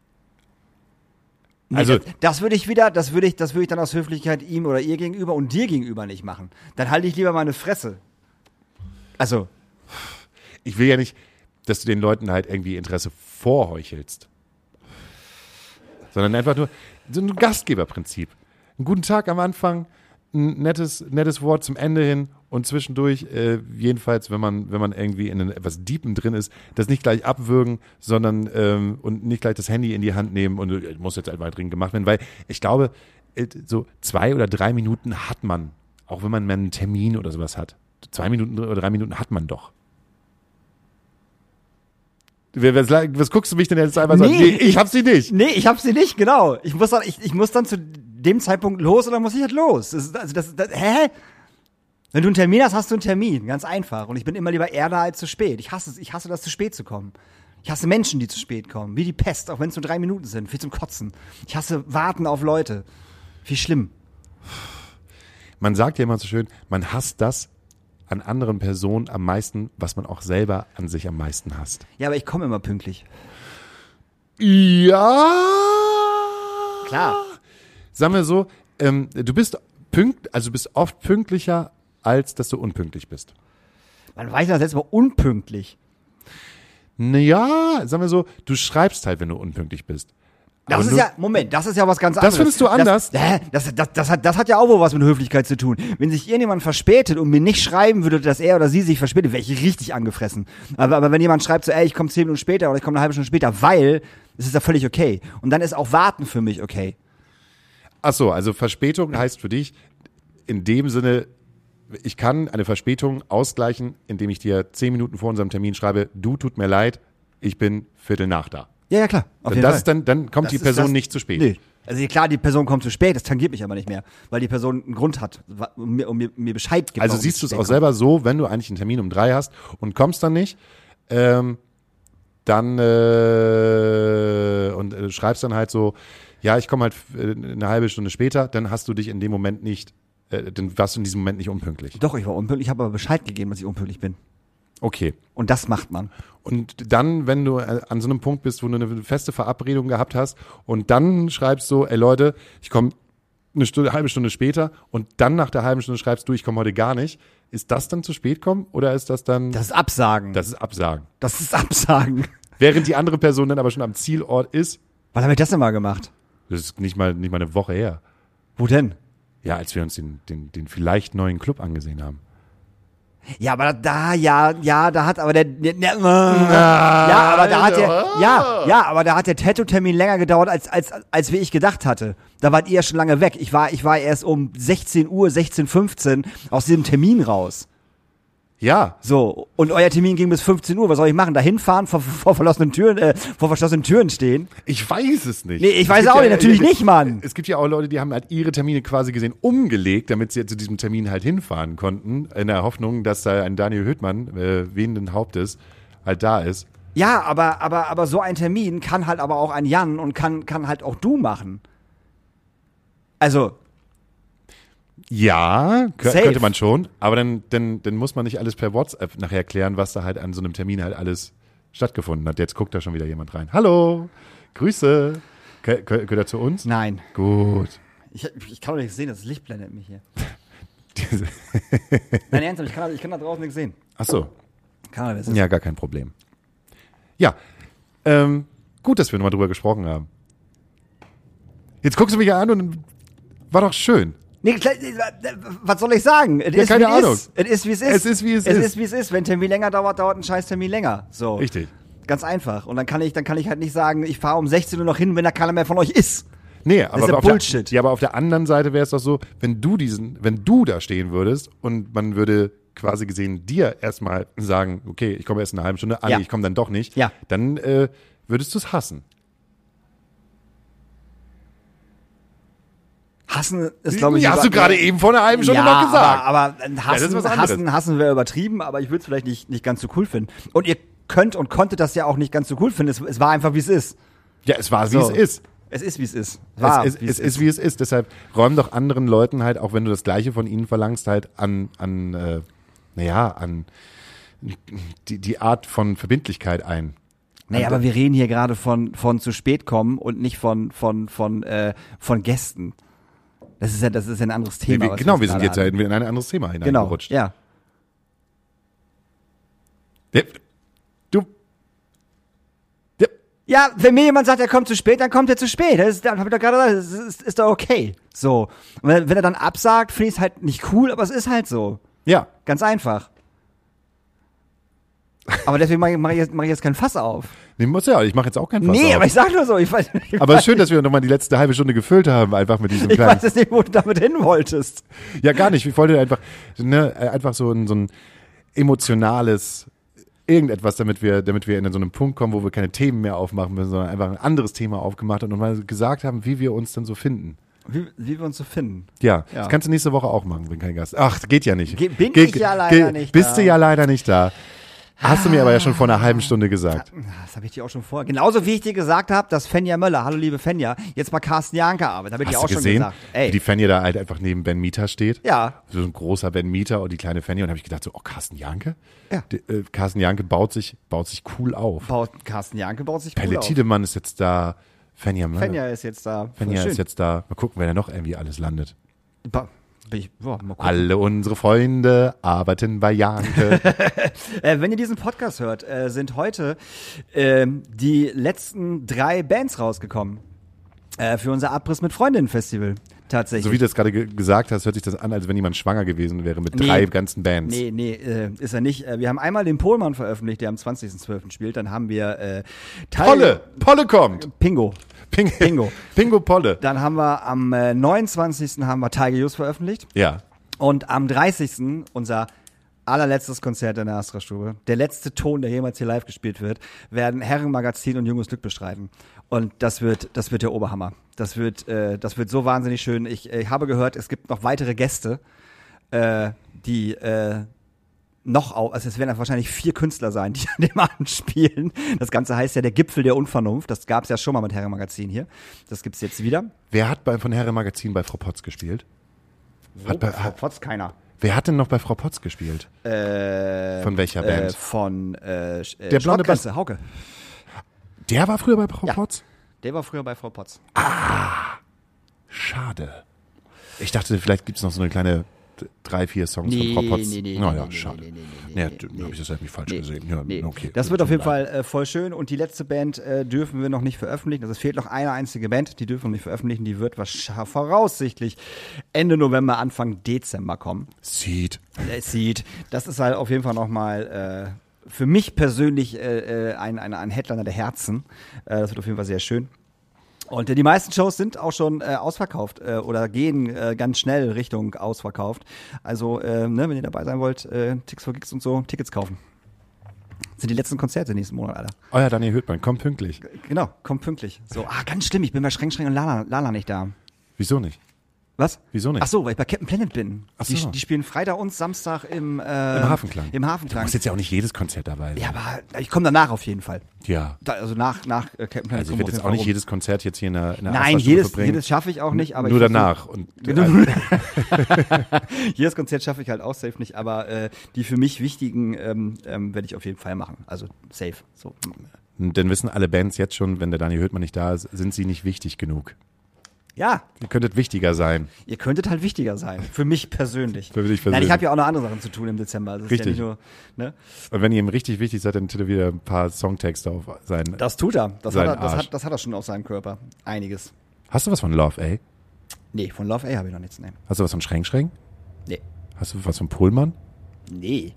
Nee, Also- das, das würde ich wieder, das würde ich, das würde ich dann aus Höflichkeit ihm oder ihr gegenüber und dir gegenüber nicht machen. Dann halte ich lieber meine Fresse. Also, Ich will ja nicht, dass du den Leuten halt irgendwie Interesse vorheuchelst. Sondern einfach nur so ein Gastgeberprinzip. Einen guten Tag am Anfang, ein nettes, nettes Wort zum Ende hin und zwischendurch, äh, jedenfalls, wenn man, wenn man irgendwie in einem etwas Deepen drin ist, das nicht gleich abwürgen, sondern ähm, und nicht gleich das Handy in die Hand nehmen und äh, muss jetzt einfach dringend gemacht werden, weil ich glaube, äh, so zwei oder drei Minuten hat man, auch wenn man mal einen Termin oder sowas hat. Zwei Minuten oder drei Minuten hat man doch. Was, was guckst du mich denn jetzt einfach so an? Nee. Nee, ich hab sie nicht. nee, ich hab sie nicht, genau. Ich muss dann, ich, ich muss dann zu dem Zeitpunkt los oder muss ich halt los. Das ist, also das, das, hä? Wenn du einen Termin hast, hast du einen Termin. Ganz einfach. Und ich bin immer lieber eher da als zu spät. Ich hasse es, ich hasse das, zu spät zu kommen. Ich hasse Menschen, die zu spät kommen. Wie die Pest, auch wenn es nur drei Minuten sind. Viel zum Kotzen. Ich hasse Warten auf Leute. Wie schlimm. Man sagt ja immer so schön, man hasst das an anderen Personen am meisten, was man auch selber an sich am meisten hasst. Ja, aber ich komme immer pünktlich. Ja. Klar. Sagen wir so, ähm, du bist pünkt, also du bist oft pünktlicher, als dass du unpünktlich bist. Man weiß ja selbst mal unpünktlich. Naja, sagen wir so, du schreibst halt, wenn du unpünktlich bist. Das Aber ist du, ja, Moment, das ist ja was ganz Das anderes. findest du anders? Das, äh, das, das, das, hat, das hat ja auch wohl was mit Höflichkeit zu tun. Wenn sich irgendjemand verspätet und mir nicht schreiben würde, dass er oder sie sich verspätet, wäre ich richtig angefressen. Aber, aber wenn jemand schreibt so, ey, ich komme zehn Minuten später oder ich komme eine halbe Stunde später, weil, das ist ja völlig okay. Und dann ist auch Warten für mich okay. Ach so, also Verspätung heißt für dich in dem Sinne, ich kann eine Verspätung ausgleichen, indem ich dir zehn Minuten vor unserem Termin schreibe, du, tut mir leid, ich bin Viertel nach da. Ja, ja, klar. Auf jeden das Fall. ist dann, dann kommt Das die ist Person das- nicht zu spät. Nee. Also klar, die Person kommt zu spät, das tangiert mich aber nicht mehr, weil die Person einen Grund hat, wa- um mir, um mir, mir Bescheid gibt. Also warum siehst ich du es spät auch komme. selber so, wenn du eigentlich einen Termin um drei hast und kommst dann nicht, ähm, dann äh, und äh, schreibst dann halt so, ja, ich komme halt äh, eine halbe Stunde später, dann hast du dich in dem Moment nicht, äh, dann warst du in diesem Moment nicht unpünktlich. Doch, ich war unpünktlich, ich habe aber Bescheid gegeben, dass ich unpünktlich bin. Okay. Und das macht man. Und dann, wenn du äh, an so einem Punkt bist, wo du eine feste Verabredung gehabt hast und dann schreibst du, ey Leute, ich komme eine Stunde, halbe Stunde später und dann nach der halben Stunde schreibst du, ich komme heute gar nicht. Ist das dann zu spät kommen oder ist das dann, Das ist Absagen. das ist Absagen? Das ist Absagen. Während die andere Person dann aber schon am Zielort ist, Wann habe ich das denn mal gemacht? das ist nicht mal, nicht mal eine Woche her. Wo denn? Ja, als wir uns den, den, den vielleicht neuen Club angesehen haben. Ja, aber da, ja, ja, da hat aber der, der, der ja, aber da hat der, ja, ja, aber da hat der Tattoo-Termin länger gedauert, als, als, als wie ich gedacht hatte. Da wart ihr ja schon lange weg. Ich war, ich war erst um sechzehn Uhr, sechzehn fünfzehn aus diesem Termin raus. Ja, So, und euer Termin ging bis fünfzehn Uhr. Was soll ich machen? Da hinfahren, vor, vor verschlossenen Türen, äh, vor verschlossenen Türen stehen? ich weiß es nicht. Nee, ich Es weiß gibt auch nicht, natürlich nicht, Mann. Es gibt ja auch Leute, die haben halt ihre Termine quasi gesehen umgelegt, damit sie zu diesem Termin halt hinfahren konnten, in der Hoffnung, dass da ein Daniel Höhtmann, äh, wehenden Hauptes, halt da ist. Ja, aber, aber, aber so ein Termin kann halt aber auch ein Jan und kann, kann halt auch du machen. Also, Ja, kö- Safe. könnte man schon, aber dann, dann, dann muss man nicht alles per WhatsApp nachher klären, was da halt an so einem Termin halt alles stattgefunden hat. Jetzt guckt da schon wieder jemand rein. Hallo, Grüße. Geh- geh- Gehört er zu uns? nein. Gut. Ich, ich kann doch nicht sehen, das Licht blendet mich hier. Nein, ernsthaft, ich kann, ich kann da draußen nichts sehen. Ach so. Keine Ahnung, wer es ist. Ja, gar kein Problem. Ja, ähm, gut, dass wir nochmal drüber gesprochen haben. Jetzt guckst du mich an und war doch schön. Nee, klar, was soll ich sagen? Es Ja, ist, keine wie es Ahnung. ist. Es ist, wie es ist. Es ist, wie es es ist. ist, wie es ist. Wenn ein Termin länger dauert, dauert ein scheiß Termin länger. So. Richtig. Ganz einfach. Und dann kann ich, dann kann ich halt nicht sagen, ich fahre um sechzehn Uhr noch hin, wenn da keiner mehr von euch ist. Nee, aber ist ja auf Bullshit. Der, ja, aber auf der anderen Seite wäre es doch so, wenn du diesen, wenn du da stehen würdest und man würde quasi gesehen dir erstmal sagen, okay, ich komme erst in einer halben Stunde, ah, Ja. nee, ich komme dann doch nicht, Ja. dann äh, würdest du es hassen. Hassen ist, glaube ich, Ja, hast über- du gerade eben vor einer halben Stunde ja, noch gesagt. Aber, aber das hassen, ist was anderes. hassen, hassen wäre übertrieben, aber ich würde es vielleicht nicht, nicht ganz so cool finden. Und ihr könnt und konntet das ja auch nicht ganz so cool finden. Es, es war einfach, wie es ist. Ja, es war, wie So. es ist. Es ist, wie es ist. War, es, es, wie es ist, wie es ist. Deshalb räum doch anderen Leuten halt, auch wenn du das Gleiche von ihnen verlangst, halt an, an äh, naja, an die, die Art von Verbindlichkeit ein. Naja, aber wir reden hier gerade von, von zu spät kommen und nicht von, von, von, äh, von Gästen. Das ist ja, das ist ja ein anderes Nee, Thema. wir, was genau, wir sind gerade jetzt ja hatten. in ein anderes Thema Genau, hineingerutscht. ja. Ja. Du. Ja. Ja, wenn mir jemand sagt, er kommt zu spät, dann kommt er zu spät. Das ist, dann hab ich doch gerade gesagt, das ist, ist doch okay. So. Und wenn, wenn er dann absagt, finde ich es halt nicht cool, aber es ist halt so. Ja. Ganz einfach. Aber deswegen mache ich, mach ich, jetzt, mach ich jetzt keinen Fass auf. Nee, muss ja, ich mache jetzt auch keinen Fass nee, auf. aber ich sag nur so. Ich weiß, ich Aber es weiß, ist schön, dass wir nochmal die letzte halbe Stunde gefüllt haben, einfach mit diesem ich kleinen. weiß jetzt nicht, wo du damit hin wolltest. Ja, gar nicht. Ich wollte einfach, ne, einfach so ein, so ein emotionales irgendetwas, damit wir, damit wir in so einem Punkt kommen, wo wir keine Themen mehr aufmachen müssen, sondern einfach ein anderes Thema aufgemacht haben und mal gesagt haben, wie wir uns denn so finden. Wie, wie wir uns so finden. Ja, Ja. das kannst du nächste Woche auch machen, wenn kein Gast. Ach, geht ja nicht. Ge- bin Ge- ich ja ge- leider nicht Bist da. du ja leider nicht da. Hast du mir aber ja schon vor einer halben Stunde gesagt. Das habe ich dir auch schon vorher. Genauso wie ich dir gesagt habe, dass Fenja Möller, hallo liebe Fenja, jetzt mal Carsten Janke arbeitet. Habe ich dir auch Hast du schon gesehen, gesagt. Ey. wie die Fenja da halt einfach neben Ben Mieter steht? Ja. So ein großer Ben Mieter und die kleine Fenja. Und habe ich gedacht so, oh, Carsten Janke? Ja. Die, äh, Carsten Janke baut sich, baut sich cool auf. Baut, Carsten Janke baut sich cool Pelle auf. Tiedemann ist jetzt da. Fenja Möller. Fenja ist jetzt da. Voll Fenja schön. ist jetzt da. Mal gucken, wer da noch irgendwie alles landet. Ba- bin ich, boah, mal gucken. Alle unsere Freunde arbeiten bei Janke. Äh, wenn ihr diesen Podcast hört, äh, sind heute ähm, die letzten drei Bands rausgekommen. Äh, für unser Abriss mit Freundinnen Festival. Tatsächlich. So wie du das gerade ge- gesagt hast, hört sich das an, als wenn jemand schwanger gewesen wäre mit Nee. drei ganzen Bands. Nee, nee, äh, ist er nicht. Äh, wir haben einmal den Pohlmann veröffentlicht, der am zwanzigsten zwölften spielt. Dann haben wir äh, Teil- Polle! Polle kommt! Pingo. Ping, Pingo. Pingo Polle. Dann haben wir am äh, neunundzwanzigsten haben wir Tiger Youth veröffentlicht. Ja. Und am dreißigsten unser allerletztes Konzert in der Astra-Stube, der letzte Ton, der jemals hier live gespielt wird, werden Herrenmagazin und Junges Glück bestreiten. Und das wird, das wird der Oberhammer. Das wird, äh, das wird so wahnsinnig schön. Ich, ich habe gehört, es gibt noch weitere Gäste, äh, die äh, noch auch, also es werden wahrscheinlich vier Künstler sein, die an dem Abend spielen. Das Ganze heißt ja der Gipfel der Unvernunft. Das gab es ja schon mal mit Herrenmagazin hier. Das gibt's jetzt wieder. Wer hat bei, von Herre Magazin bei Frau Potz gespielt? Hat bei, Frau hat, Potz keiner. wer hat denn noch bei Frau Potz gespielt? Äh, Von welcher äh, Band? von äh, Sch- äh, Der blonde Schrottgrenze, Hauke. Der war früher bei Frau Ja. Potz? Der war früher bei Frau Potz. Schade. Ich dachte, vielleicht gibt es noch so eine kleine d- drei, vier Songs Nee, von Frau Potz. nee, nee, naja, nee, schade. nee, nee, nee, Nee, nee, d- nee. habe ich das irgendwie falsch Nee, gesehen. Ja, nee. okay. Das wird auf jeden Fall äh, voll schön und die letzte Band äh, dürfen wir noch nicht veröffentlichen. Also es fehlt noch eine einzige Band, die dürfen wir nicht veröffentlichen. Die wird wahrscheinlich voraussichtlich Ende November, Anfang Dezember kommen. Sieht. Es sieht, das ist halt auf jeden Fall nochmal äh, für mich persönlich äh, äh, ein, ein, ein Headliner der Herzen. Äh, das wird auf jeden Fall sehr schön. Und äh, die meisten Shows sind auch schon äh, ausverkauft äh, oder gehen äh, ganz schnell Richtung ausverkauft. Also, äh, ne, wenn ihr dabei sein wollt, äh, Tickets for Gigs und so, Tickets kaufen. Das sind die letzten Konzerte nächsten Monat, Alter. Euer Daniel Höhtmann, komm pünktlich. Genau, kommt pünktlich. So, ah, ganz schlimm, ich bin bei Schreng, Schreng und Lala, Lala nicht da. Wieso nicht? Was? Wieso nicht? Ach so, weil ich bei Captain Planet bin. Ach so. Die, die spielen Freitag und Samstag im, äh, Im Hafenklang. Im Du Hafenklang. musst jetzt ja auch nicht jedes Konzert dabei sein. Ja, aber ich komme danach auf jeden Fall. Ja. Da, also nach, nach äh, Captain Planet. Also ich kommen wir werde auf jetzt jeden auch Fall nicht rum. jedes Konzert jetzt hier in der, in der Nein, Astra-Stufe jedes, verbringen. jedes schaffe ich auch nicht. Aber Nur ich versuch- danach. Und, Jedes Konzert schaffe ich halt auch safe nicht, aber äh, die für mich wichtigen ähm, ähm, werde ich auf jeden Fall machen. Also safe. So. Dann wissen alle Bands jetzt schon, wenn der Daniel Höhtmann nicht da ist, sind sie nicht wichtig genug. Ja, Ihr könntet wichtiger sein. ihr könntet halt wichtiger sein. Für mich persönlich. Für dich Nein, persönlich. ich habe ja auch noch andere Sachen zu tun im Dezember. Das Richtig. Ist ja nicht nur, ne? Und wenn ihr ihm richtig wichtig seid, dann tut er wieder ein paar Songtexte auf sein. Das tut er. Das, Sein hat er das, Arsch. hat, das hat er schon auf seinem Körper. Einiges. Hast du was von Love, ey? Nee, von Love A habe ich noch nichts. Nee. Hast du was von Schreng Schreng? Nee. Hast du was von Pohlmann? Nee.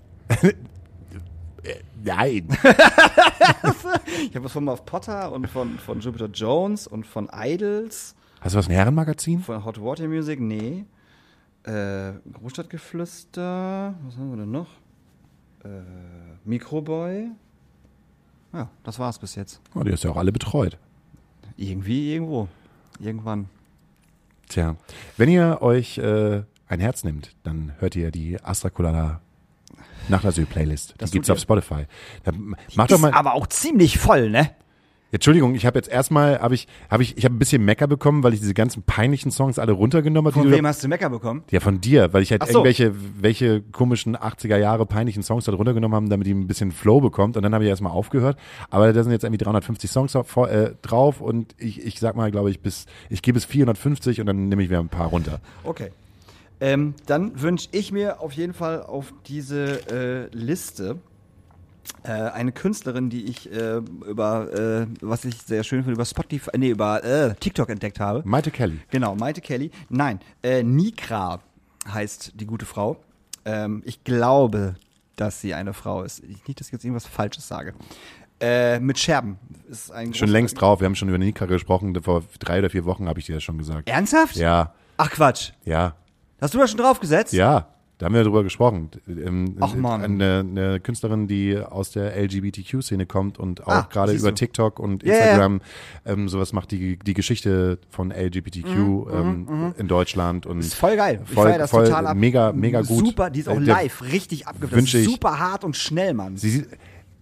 Nein. Ich habe was von Muff Potter und von, von Jupiter Jones und von Idols. Hast du was von Herrenmagazin? Von Hot Water Music, nee. Äh, Großstadtgeflüster, was haben wir denn noch? Äh, Microboy. Ja, das war's bis jetzt. Oh, die hast ja auch alle betreut. Irgendwie, irgendwo. Irgendwann. Tja, wenn ihr euch äh, ein Herz nimmt, dann hört ihr die Astra Colada Nachtasyl-Playlist. Die Das gibt's tut auf ihr. Spotify. Da, mach doch Ist mal. aber auch ziemlich voll, ne? Entschuldigung, ich habe jetzt erstmal, habe ich, habe ich, ich habe ein bisschen Mecker bekommen, weil ich diese ganzen peinlichen Songs alle runtergenommen habe. Von die du wem da- hast du Mecker bekommen? Ja, von dir, weil ich halt Ach so. irgendwelche welche komischen achtziger Jahre peinlichen Songs da runtergenommen haben, damit die ein bisschen Flow bekommt. Und dann habe ich erstmal aufgehört. Aber da sind jetzt irgendwie dreihundertfünfzig Songs auf, äh, drauf und ich, ich sag mal, glaube ich, bis ich gehe bis vierhundertfünfzig und dann nehme ich wieder ein paar runter. Okay. Ähm, dann wünsche ich mir auf jeden Fall auf diese äh, Liste äh, eine Künstlerin, die ich äh, über, äh, was ich sehr schön finde, über Spotify, nee, über äh, TikTok entdeckt habe. Maite Kelly. Genau, Maite Kelly. Nein, äh, Nikra heißt die gute Frau. Ähm, ich glaube, dass sie eine Frau ist. Ich, nicht, dass ich jetzt irgendwas Falsches sage. Äh, mit Scherben. Ist ein Schon großer- längst drauf. Wir haben schon über Nika gesprochen. Vor drei oder vier Wochen habe ich dir das schon gesagt. Ernsthaft? Ja, Ach Quatsch. ja, Hast du da schon draufgesetzt? ja. Da haben wir drüber gesprochen. Ähm, Ach, Mann. Eine, eine Künstlerin, die aus der L G B T Q-Szene kommt und auch Ah, gerade siehst über du. TikTok und Ja, ja, Instagram ähm, sowas macht, die die Geschichte von L G B T Q ähm, in Deutschland. Und Ist voll geil. Ich voll, feier das voll total ab. mega, mega gut. Super, die ist auch Äh, der- live, richtig abgefahren. Das wünsche ist ich- super hart und schnell, Mann. Sie,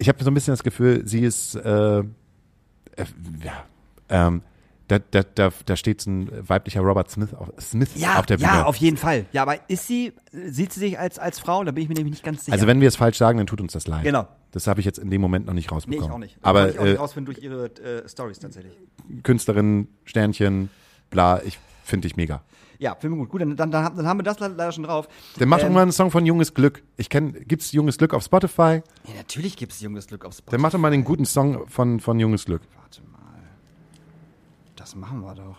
ich habe so ein bisschen das Gefühl, sie ist, äh, äh, ja, ähm, da, da, da, da steht so ein weiblicher Robert Smith auf, Smith Ja, auf der Bühne. ja, auf jeden Fall. Ja, aber ist sie, sieht sie sich als, als Frau? Da bin ich mir nämlich nicht ganz sicher. Also wenn wir es falsch sagen, dann tut uns das leid. Genau. Das habe ich jetzt in dem Moment noch nicht Nee, rausbekommen. ich auch nicht. Aber kann ich auch nicht äh, rausfinden durch ihre äh, Stories tatsächlich. Künstlerin, Sternchen, bla, ich finde dich mega. Ja, finde ich gut. Gut, dann, dann, dann, dann haben wir das leider schon drauf. Dann mach doch Ähm, mal einen Song von Junges Glück. Ich kenn, gibt's Junges Glück auf Spotify? Ja, natürlich gibt es junges Glück auf Spotify. Dann mach doch mal einen guten Song von, von Junges Glück. Warte mal. Das machen wir doch.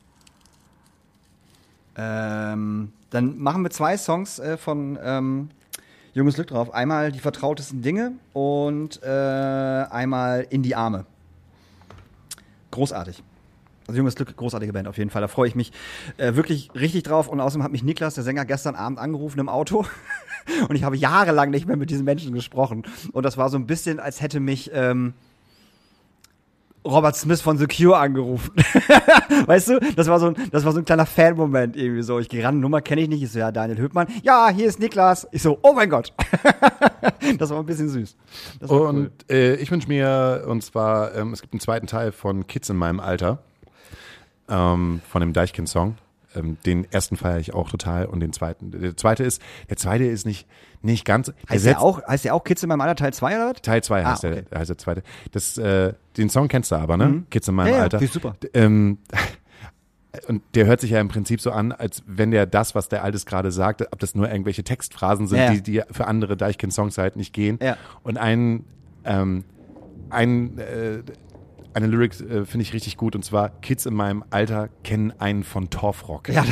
Ähm, dann machen wir zwei Songs äh, von ähm, Junges Glück drauf. Einmal Die vertrautesten Dinge und äh, einmal In die Arme. Großartig. Also Junges Glück, großartige Band auf jeden Fall. Da freue ich mich äh, wirklich richtig drauf. Und außerdem hat mich Niklas, der Sänger, gestern Abend angerufen im Auto. Und ich habe jahrelang nicht mehr mit diesen Menschen gesprochen. Und das war so ein bisschen, als hätte mich ähm, Robert Smith von The Cure angerufen. Weißt du? Das war so ein, das war so ein kleiner Fan-Moment irgendwie so. Ich gehe ran, Nummer kenne ich nicht. Ich so, ja, Daniel Höpmann. Ja, hier ist Niklas. Ich so, oh mein Gott. Das war ein bisschen süß. Das war Und cool. äh, ich wünsche mir, und zwar, ähm, es gibt einen zweiten Teil von Kids in meinem Alter, ähm, von dem Deichkind-Song. Ähm, den ersten feiere ich auch total und den zweiten. Der zweite ist, der zweite ist nicht, nicht ganz. der Heißt der setzt- auch, heißt der auch Kids in meinem Alter Teil zwei oder was? Teil zwei heißt, Ah, okay. der, heißt der zweite. Das, äh, den Song kennst du aber, ne? Mhm. Kids in meinem Ja, ja, Alter. finde ich super. D- Ähm, und der hört sich ja im Prinzip so an, als wenn der das, was der Altes gerade sagte, ob das nur irgendwelche Textphrasen sind, Ja, ja. die, die für andere Deichkind-Songs halt nicht gehen. Ja. Und ein, ähm, ein, äh, eine Lyric äh, finde ich richtig gut, und zwar: Kids in meinem Alter kennen einen von Torfrock. Ja.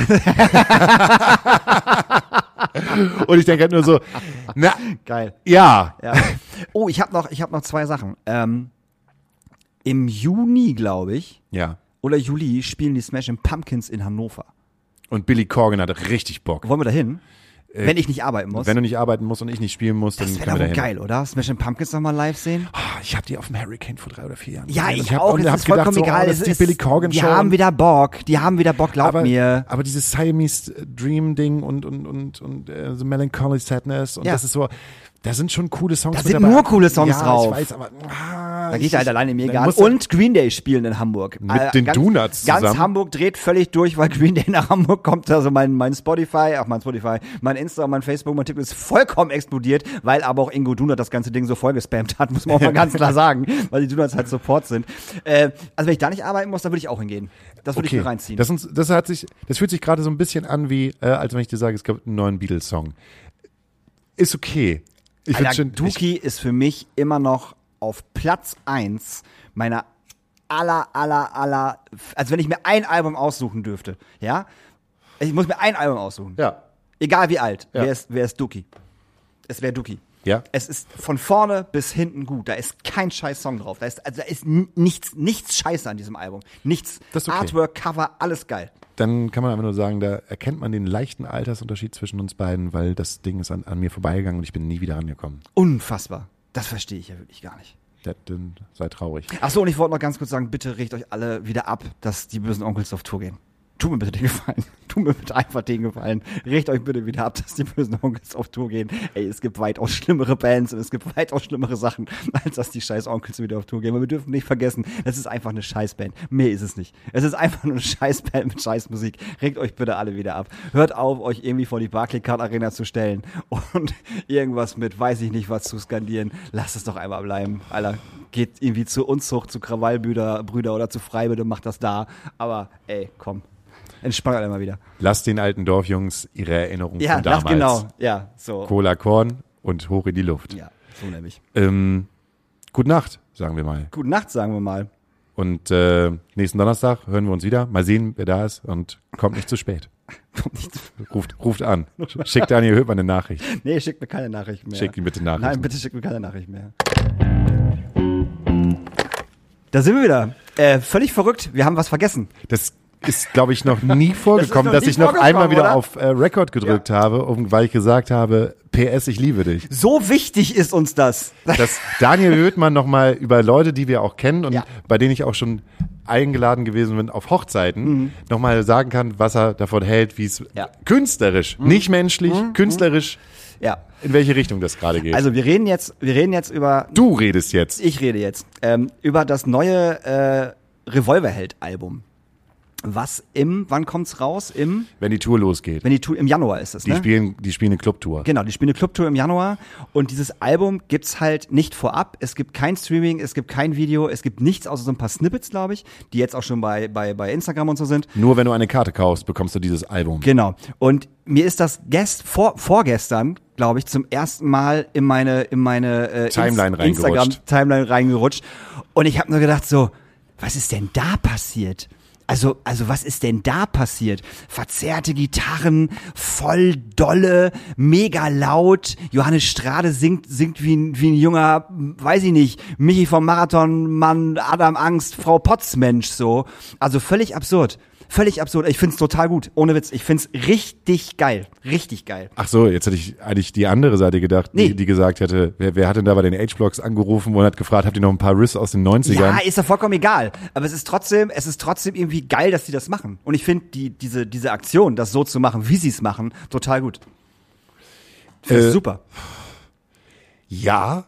Und ich denke halt nur so, na, Geil. ja. Ja. Oh, ich habe noch, ich hab noch zwei Sachen. Ähm, Im Juni, glaube ich, Ja. oder Juli spielen die Smashing Pumpkins in Hannover. Und Billy Corgan hat richtig Bock. Wollen wir da hin? Wenn ich nicht arbeiten muss. Wenn du nicht arbeiten musst und ich nicht spielen muss, dann das wäre können wir doch da wohl hin. geil, oder? Smashing Pumpkins noch mal live sehen? Oh, ich habe die auf dem Hurricane vor drei oder vier Jahren Ja, gesehen. ich hab- auch. und Es hab ist vollkommen gedacht, so, egal. Oh, das Es ist die ist- Billy Corgan Die Show. haben wieder Bock. Die haben wieder Bock, glaub aber, mir. aber dieses Siamese Dream Ding und und und und äh, so Melancholy Sadness und Ja. das ist so, da sind schon coole Songs Da mit sind dabei. nur coole Songs ja, drauf. Ich weiß, aber ah, Da ich, geht halt alleine mir dann egal. muss er- Und Green Day spielen in Hamburg. Mit den ganz, Donuts Ganz zusammen. Hamburg dreht völlig durch, weil Green Day nach Hamburg kommt. Also mein, mein Spotify, ach mein Spotify, mein Insta, mein Facebook, mein TikTok ist vollkommen explodiert, weil aber auch Ingo Donut das ganze Ding so voll gespammt hat, muss man auch mal ganz klar sagen, weil die Donuts halt Support sind. Äh, also wenn ich da nicht arbeiten muss, dann würde ich auch hingehen. Das würde ich mir reinziehen. Das, uns, das, hat sich, das fühlt sich gerade so ein bisschen an wie, äh, als wenn ich dir sage, es gibt einen neuen Beatles-Song. Ist okay. Ich Alter, find's schon, ich, Dookie ist für mich immer noch auf Platz eins meiner aller, aller, aller, also wenn ich mir ein Album aussuchen dürfte, ja, ich muss mir ein Album aussuchen. ja. Egal wie alt, Ja. wer ist, wer ist Dookie? Es wäre Dookie. Ja. Es ist von vorne bis hinten gut. Da ist kein scheiß Song drauf. Da ist, also da ist n- nichts, nichts scheiße an diesem Album. Nichts. Das ist okay. Artwork, Cover, alles geil. Dann kann man einfach nur sagen, da erkennt man den leichten Altersunterschied zwischen uns beiden, weil das Ding ist an, an mir vorbeigegangen und ich bin nie wieder rangekommen. Unfassbar. Das verstehe ich ja wirklich gar nicht. Das, dann sei traurig. Ach so, und ich wollte noch ganz kurz sagen, bitte regt euch alle wieder ab, dass die bösen Onkels auf Tour gehen. Tut mir bitte den Gefallen. Tut mir bitte einfach den Gefallen. Regt euch bitte wieder ab, dass die bösen Onkels auf Tour gehen. Ey, es gibt weitaus schlimmere Bands und es gibt weitaus schlimmere Sachen, als dass die scheiß Onkels wieder auf Tour gehen. Aber wir dürfen nicht vergessen, das ist einfach eine Scheißband. Mehr ist es nicht. Es ist einfach nur eine Scheißband mit Scheißmusik. Regt euch bitte alle wieder ab. Hört auf, euch irgendwie vor die Barclaycard Arena zu stellen und irgendwas mit weiß ich nicht was zu skandieren. Lasst es doch einmal bleiben. Alter, geht irgendwie zu Unzucht, zu Krawallbrüder Brüder oder zu Freibitte, macht das da. Aber ey, komm. Entspannt alle mal wieder. Lasst den alten Dorfjungs ihre Erinnerungen Ja, von das damals. genau. Ja, so. Cola Korn und hoch in die Luft. Ja, so nämlich. Ähm, gute Nacht, sagen wir mal. Gute Nacht, sagen wir mal. Und äh, nächsten Donnerstag hören wir uns wieder. Mal sehen, wer da ist und kommt nicht zu spät. Kommt nicht zu- Ruft, ruft an. Schickt Daniel Höpmann eine Nachricht. Nee, schickt mir keine Nachricht mehr. Schickt ihm bitte Nachrichten. Nein, bitte schickt mir keine Nachricht mehr. Da sind wir wieder. Äh, völlig verrückt. Wir haben was vergessen. Das ist, glaube ich, noch nie vorgekommen, noch dass nie ich noch vorgekommen, einmal wieder oder? auf äh, Record gedrückt habe, um, weil ich gesagt habe, P S, ich liebe dich. So wichtig ist uns das. Dass Daniel Höthmann nochmal über Leute, die wir auch kennen und Ja. bei denen ich auch schon eingeladen gewesen bin auf Hochzeiten, mhm. nochmal sagen kann, was er davon hält, wie es Ja. künstlerisch, nicht menschlich, künstlerisch Ja. in welche Richtung das gerade geht. Also wir reden jetzt, wir reden jetzt über. Du redest jetzt. Ich rede jetzt ähm, über das neue äh, Revolverheld-Album. Was im, wann kommt's raus? Im, Wenn die Tour losgeht. wenn die Tour, im Januar ist es, Die ne? spielen, die spielen eine Clubtour. Genau, die spielen eine Clubtour im Januar und dieses Album gibt's halt nicht vorab. Es gibt kein Streaming, es gibt kein Video, es gibt nichts außer so ein paar Snippets, glaube ich, die jetzt auch schon bei, bei, bei Instagram und so sind. Nur wenn du eine Karte kaufst, bekommst du dieses Album. Genau. Und mir ist das gest, vor, vorgestern, glaube ich, zum ersten Mal in meine, in meine äh, Timeline Inst- Instagram reingerutscht. Timeline reingerutscht. Und ich habe nur gedacht so, was ist denn da passiert? Also, also was ist denn da passiert? Verzerrte Gitarren, voll dolle, mega laut. Johannes Strade singt, singt wie ein, wie ein junger, weiß ich nicht, Michi vom Marathonmann, Adam Angst, Frau Potzmensch, so. Also völlig absurd. Völlig absurd. Ich find's total gut. Ohne Witz. Ich find's richtig geil. Richtig geil. Ach so, jetzt hätte ich eigentlich die andere Seite gedacht, Nee. die, die gesagt hätte, wer, wer hat denn da bei den H-Blocks angerufen und hat gefragt, habt ihr noch ein paar Riffs aus den neunzigern? Ja, ist ja vollkommen egal. Aber es ist trotzdem, es ist trotzdem irgendwie geil, dass die das machen. Und ich finde die, diese, diese Aktion, das so zu machen, wie sie es machen, total gut. Finde Äh, ich super. Ja.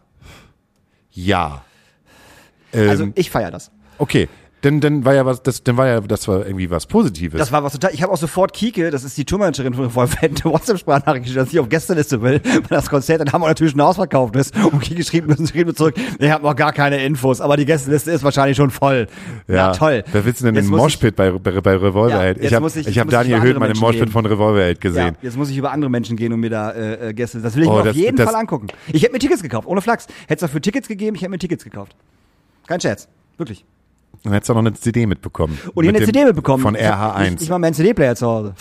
Ja. Ähm, Also, ich feiere das. okay. Denn, dann war ja was, das, dann war ja, das war irgendwie was Positives. Das war was total. Ich habe auch sofort Kike, das ist die Tourmanagerin von Revolverheld, eine WhatsApp-Sprachnachricht geschickt, dass ich auf Gästeliste will, bei das Konzert, dann haben wir natürlich schon ausverkauft ist. Und Kike schrieb mir schrieb zurück, ich habe noch gar keine Infos, aber die Gästeliste ist wahrscheinlich schon voll. ja, Na toll. Wer willst du denn Jetzt im muss Moshpit bei, bei, bei Revolverheld? Ja, jetzt ich habe muss ich- ich jetzt hab muss ich Daniel über Höhtmann andere im Moshpit Menschen von Revolverheld Ja, gesehen. jetzt muss ich über andere Menschen gehen und mir da äh, äh, Gäste. Das will ich Oh, mir auf das- jeden das- Fall angucken. Ich hätte mir Tickets gekauft, ohne Flachs. Hätte es dafür Tickets gegeben, ich hätte mir Tickets gekauft. Kein Scherz. Wirklich. Dann hättest du auch noch eine C D mitbekommen. Und ich Mit habe eine dem- C D mitbekommen. Von Ich R hab H eins. Nicht, nicht mal meinen C D-Player zu Hause.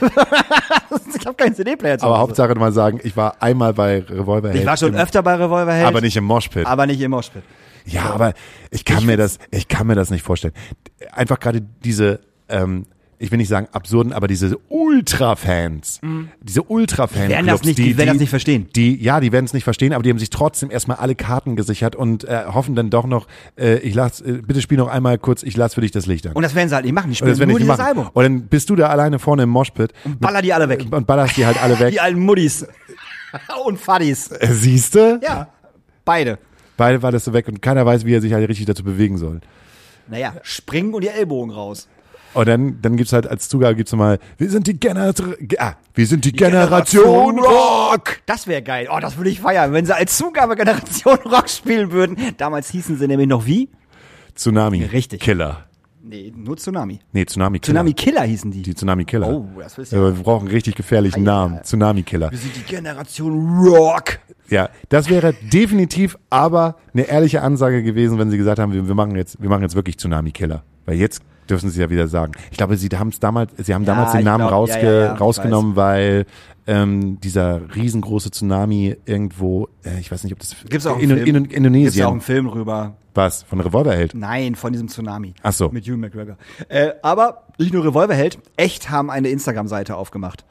Ich habe keinen C D-Player zu Aber Hause. Hauptsache mal sagen, ich war einmal bei Revolverheld. Ich war schon im- öfter bei Revolverheld. Aber nicht im Moshpit. Aber nicht im Moshpit. Ja, aber ich kann mir das, ich kann mir das nicht vorstellen. Einfach gerade diese, ähm, ich will nicht sagen absurden, aber diese Ultra-Fans, diese Ultra-Fans, Die werden das nicht- die werden das nicht verstehen. Die, ja, die werden es nicht verstehen, aber die haben sich trotzdem erstmal alle Karten gesichert und äh, hoffen dann doch noch, äh, ich lass, äh, bitte spiel noch einmal kurz, ich lass für dich das Licht an. Und das werden sie halt nicht machen. Die Und spielen das werden nur die dieses machen. Album. Und dann bist du da alleine vorne im Moshpit Und baller die alle weg. und ballerst die halt alle weg. Die alten Muddis. Und Fadis. Äh, Siehste? Ja, beide. Beide ballerst du weg und keiner weiß, wie er sich halt richtig dazu bewegen soll. Naja, springen und die Ellbogen raus. Und dann, dann gibt's halt als Zugabe gibt's nochmal, wir sind die Generation, ah, wir sind die, Generation, Generation Rock. Das wäre geil. Oh, das würde ich feiern, wenn sie als Zugabe Generation Rock spielen würden. Damals hießen sie nämlich noch wie? Tsunami. Richtig. Killer. Nee, nur Tsunami. Nee, Tsunami Killer. Tsunami Killer hießen die. Die Tsunami Killer. Oh, das willst du Ja, wir brauchen einen richtig gefährlichen Ah, ja. Namen. Tsunami Killer. Wir sind die Generation Rock. Ja, das wäre definitiv aber eine ehrliche Ansage gewesen, wenn sie gesagt haben, wir, wir machen jetzt, wir machen jetzt wirklich Tsunami Killer. Weil jetzt dürfen sie ja wieder sagen. Ich glaube, sie haben es damals, sie haben Ja, damals den ich Namen glaub, rausge, ja, ja, ja, ich rausgenommen, weil ähm, dieser riesengroße Tsunami irgendwo, äh, ich weiß nicht, ob das Gibt's auch einen in, Film? in, in Gibt's Indonesien. ja auch einen Film rüber. Was? Von Revolverheld? Nein, von diesem Tsunami. Ach so. Mit Hugh McGregor. Äh, aber nicht nur Revolverheld, Echt haben eine Instagram-Seite aufgemacht.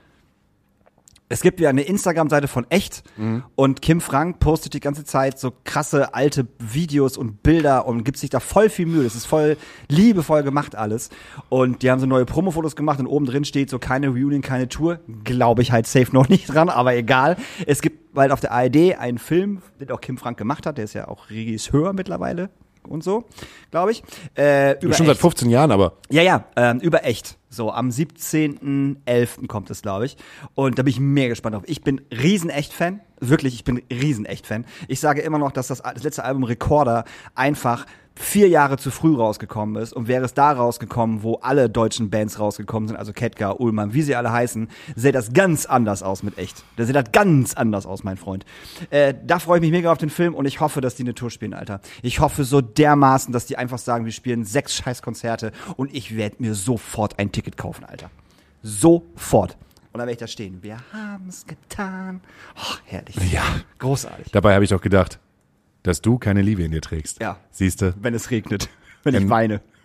Es gibt ja eine Instagram-Seite von Echt und Kim Frank postet die ganze Zeit so krasse alte Videos und Bilder und gibt sich da voll viel Mühe. Das ist voll liebevoll gemacht alles. Und die haben so neue Promo-Fotos gemacht und oben drin steht so keine Reunion, keine Tour. Glaube ich halt safe noch nicht dran, aber egal. Es gibt halt auf der A R D einen Film, den auch Kim Frank gemacht hat. Der ist ja auch Regisseur mittlerweile und so, glaube ich. Äh, über Schon seit Echt. fünfzehn Jahren, aber Ja, ja, ähm, über Echt. So, am siebzehnten elften kommt es, glaube ich. Und da bin ich mega gespannt drauf. Ich bin riesen Echt-Fan. Wirklich, ich bin riesen Echt-Fan. Ich sage immer noch, dass das, das letzte Album Recorder einfach vier Jahre zu früh rausgekommen ist. Und wäre es da rausgekommen, wo alle deutschen Bands rausgekommen sind, also Ketka, Ullmann, wie sie alle heißen, sähe das ganz anders aus mit Echt. Da sieht das ganz anders aus, mein Freund. Äh, da freue ich mich mega auf den Film und ich hoffe, dass die eine Tour spielen, Alter. Ich hoffe so dermaßen, dass die einfach sagen, wir spielen sechs scheiß Konzerte und ich werde mir sofort ein Ticket kaufen, Alter. Sofort. Und dann werde ich da stehen. Wir haben's getan. Oh, herrlich. ja. Großartig. Dabei habe ich doch gedacht, dass du keine Liebe in dir trägst. Ja. Siehste? Wenn es regnet. Wenn ich Ähm, weine.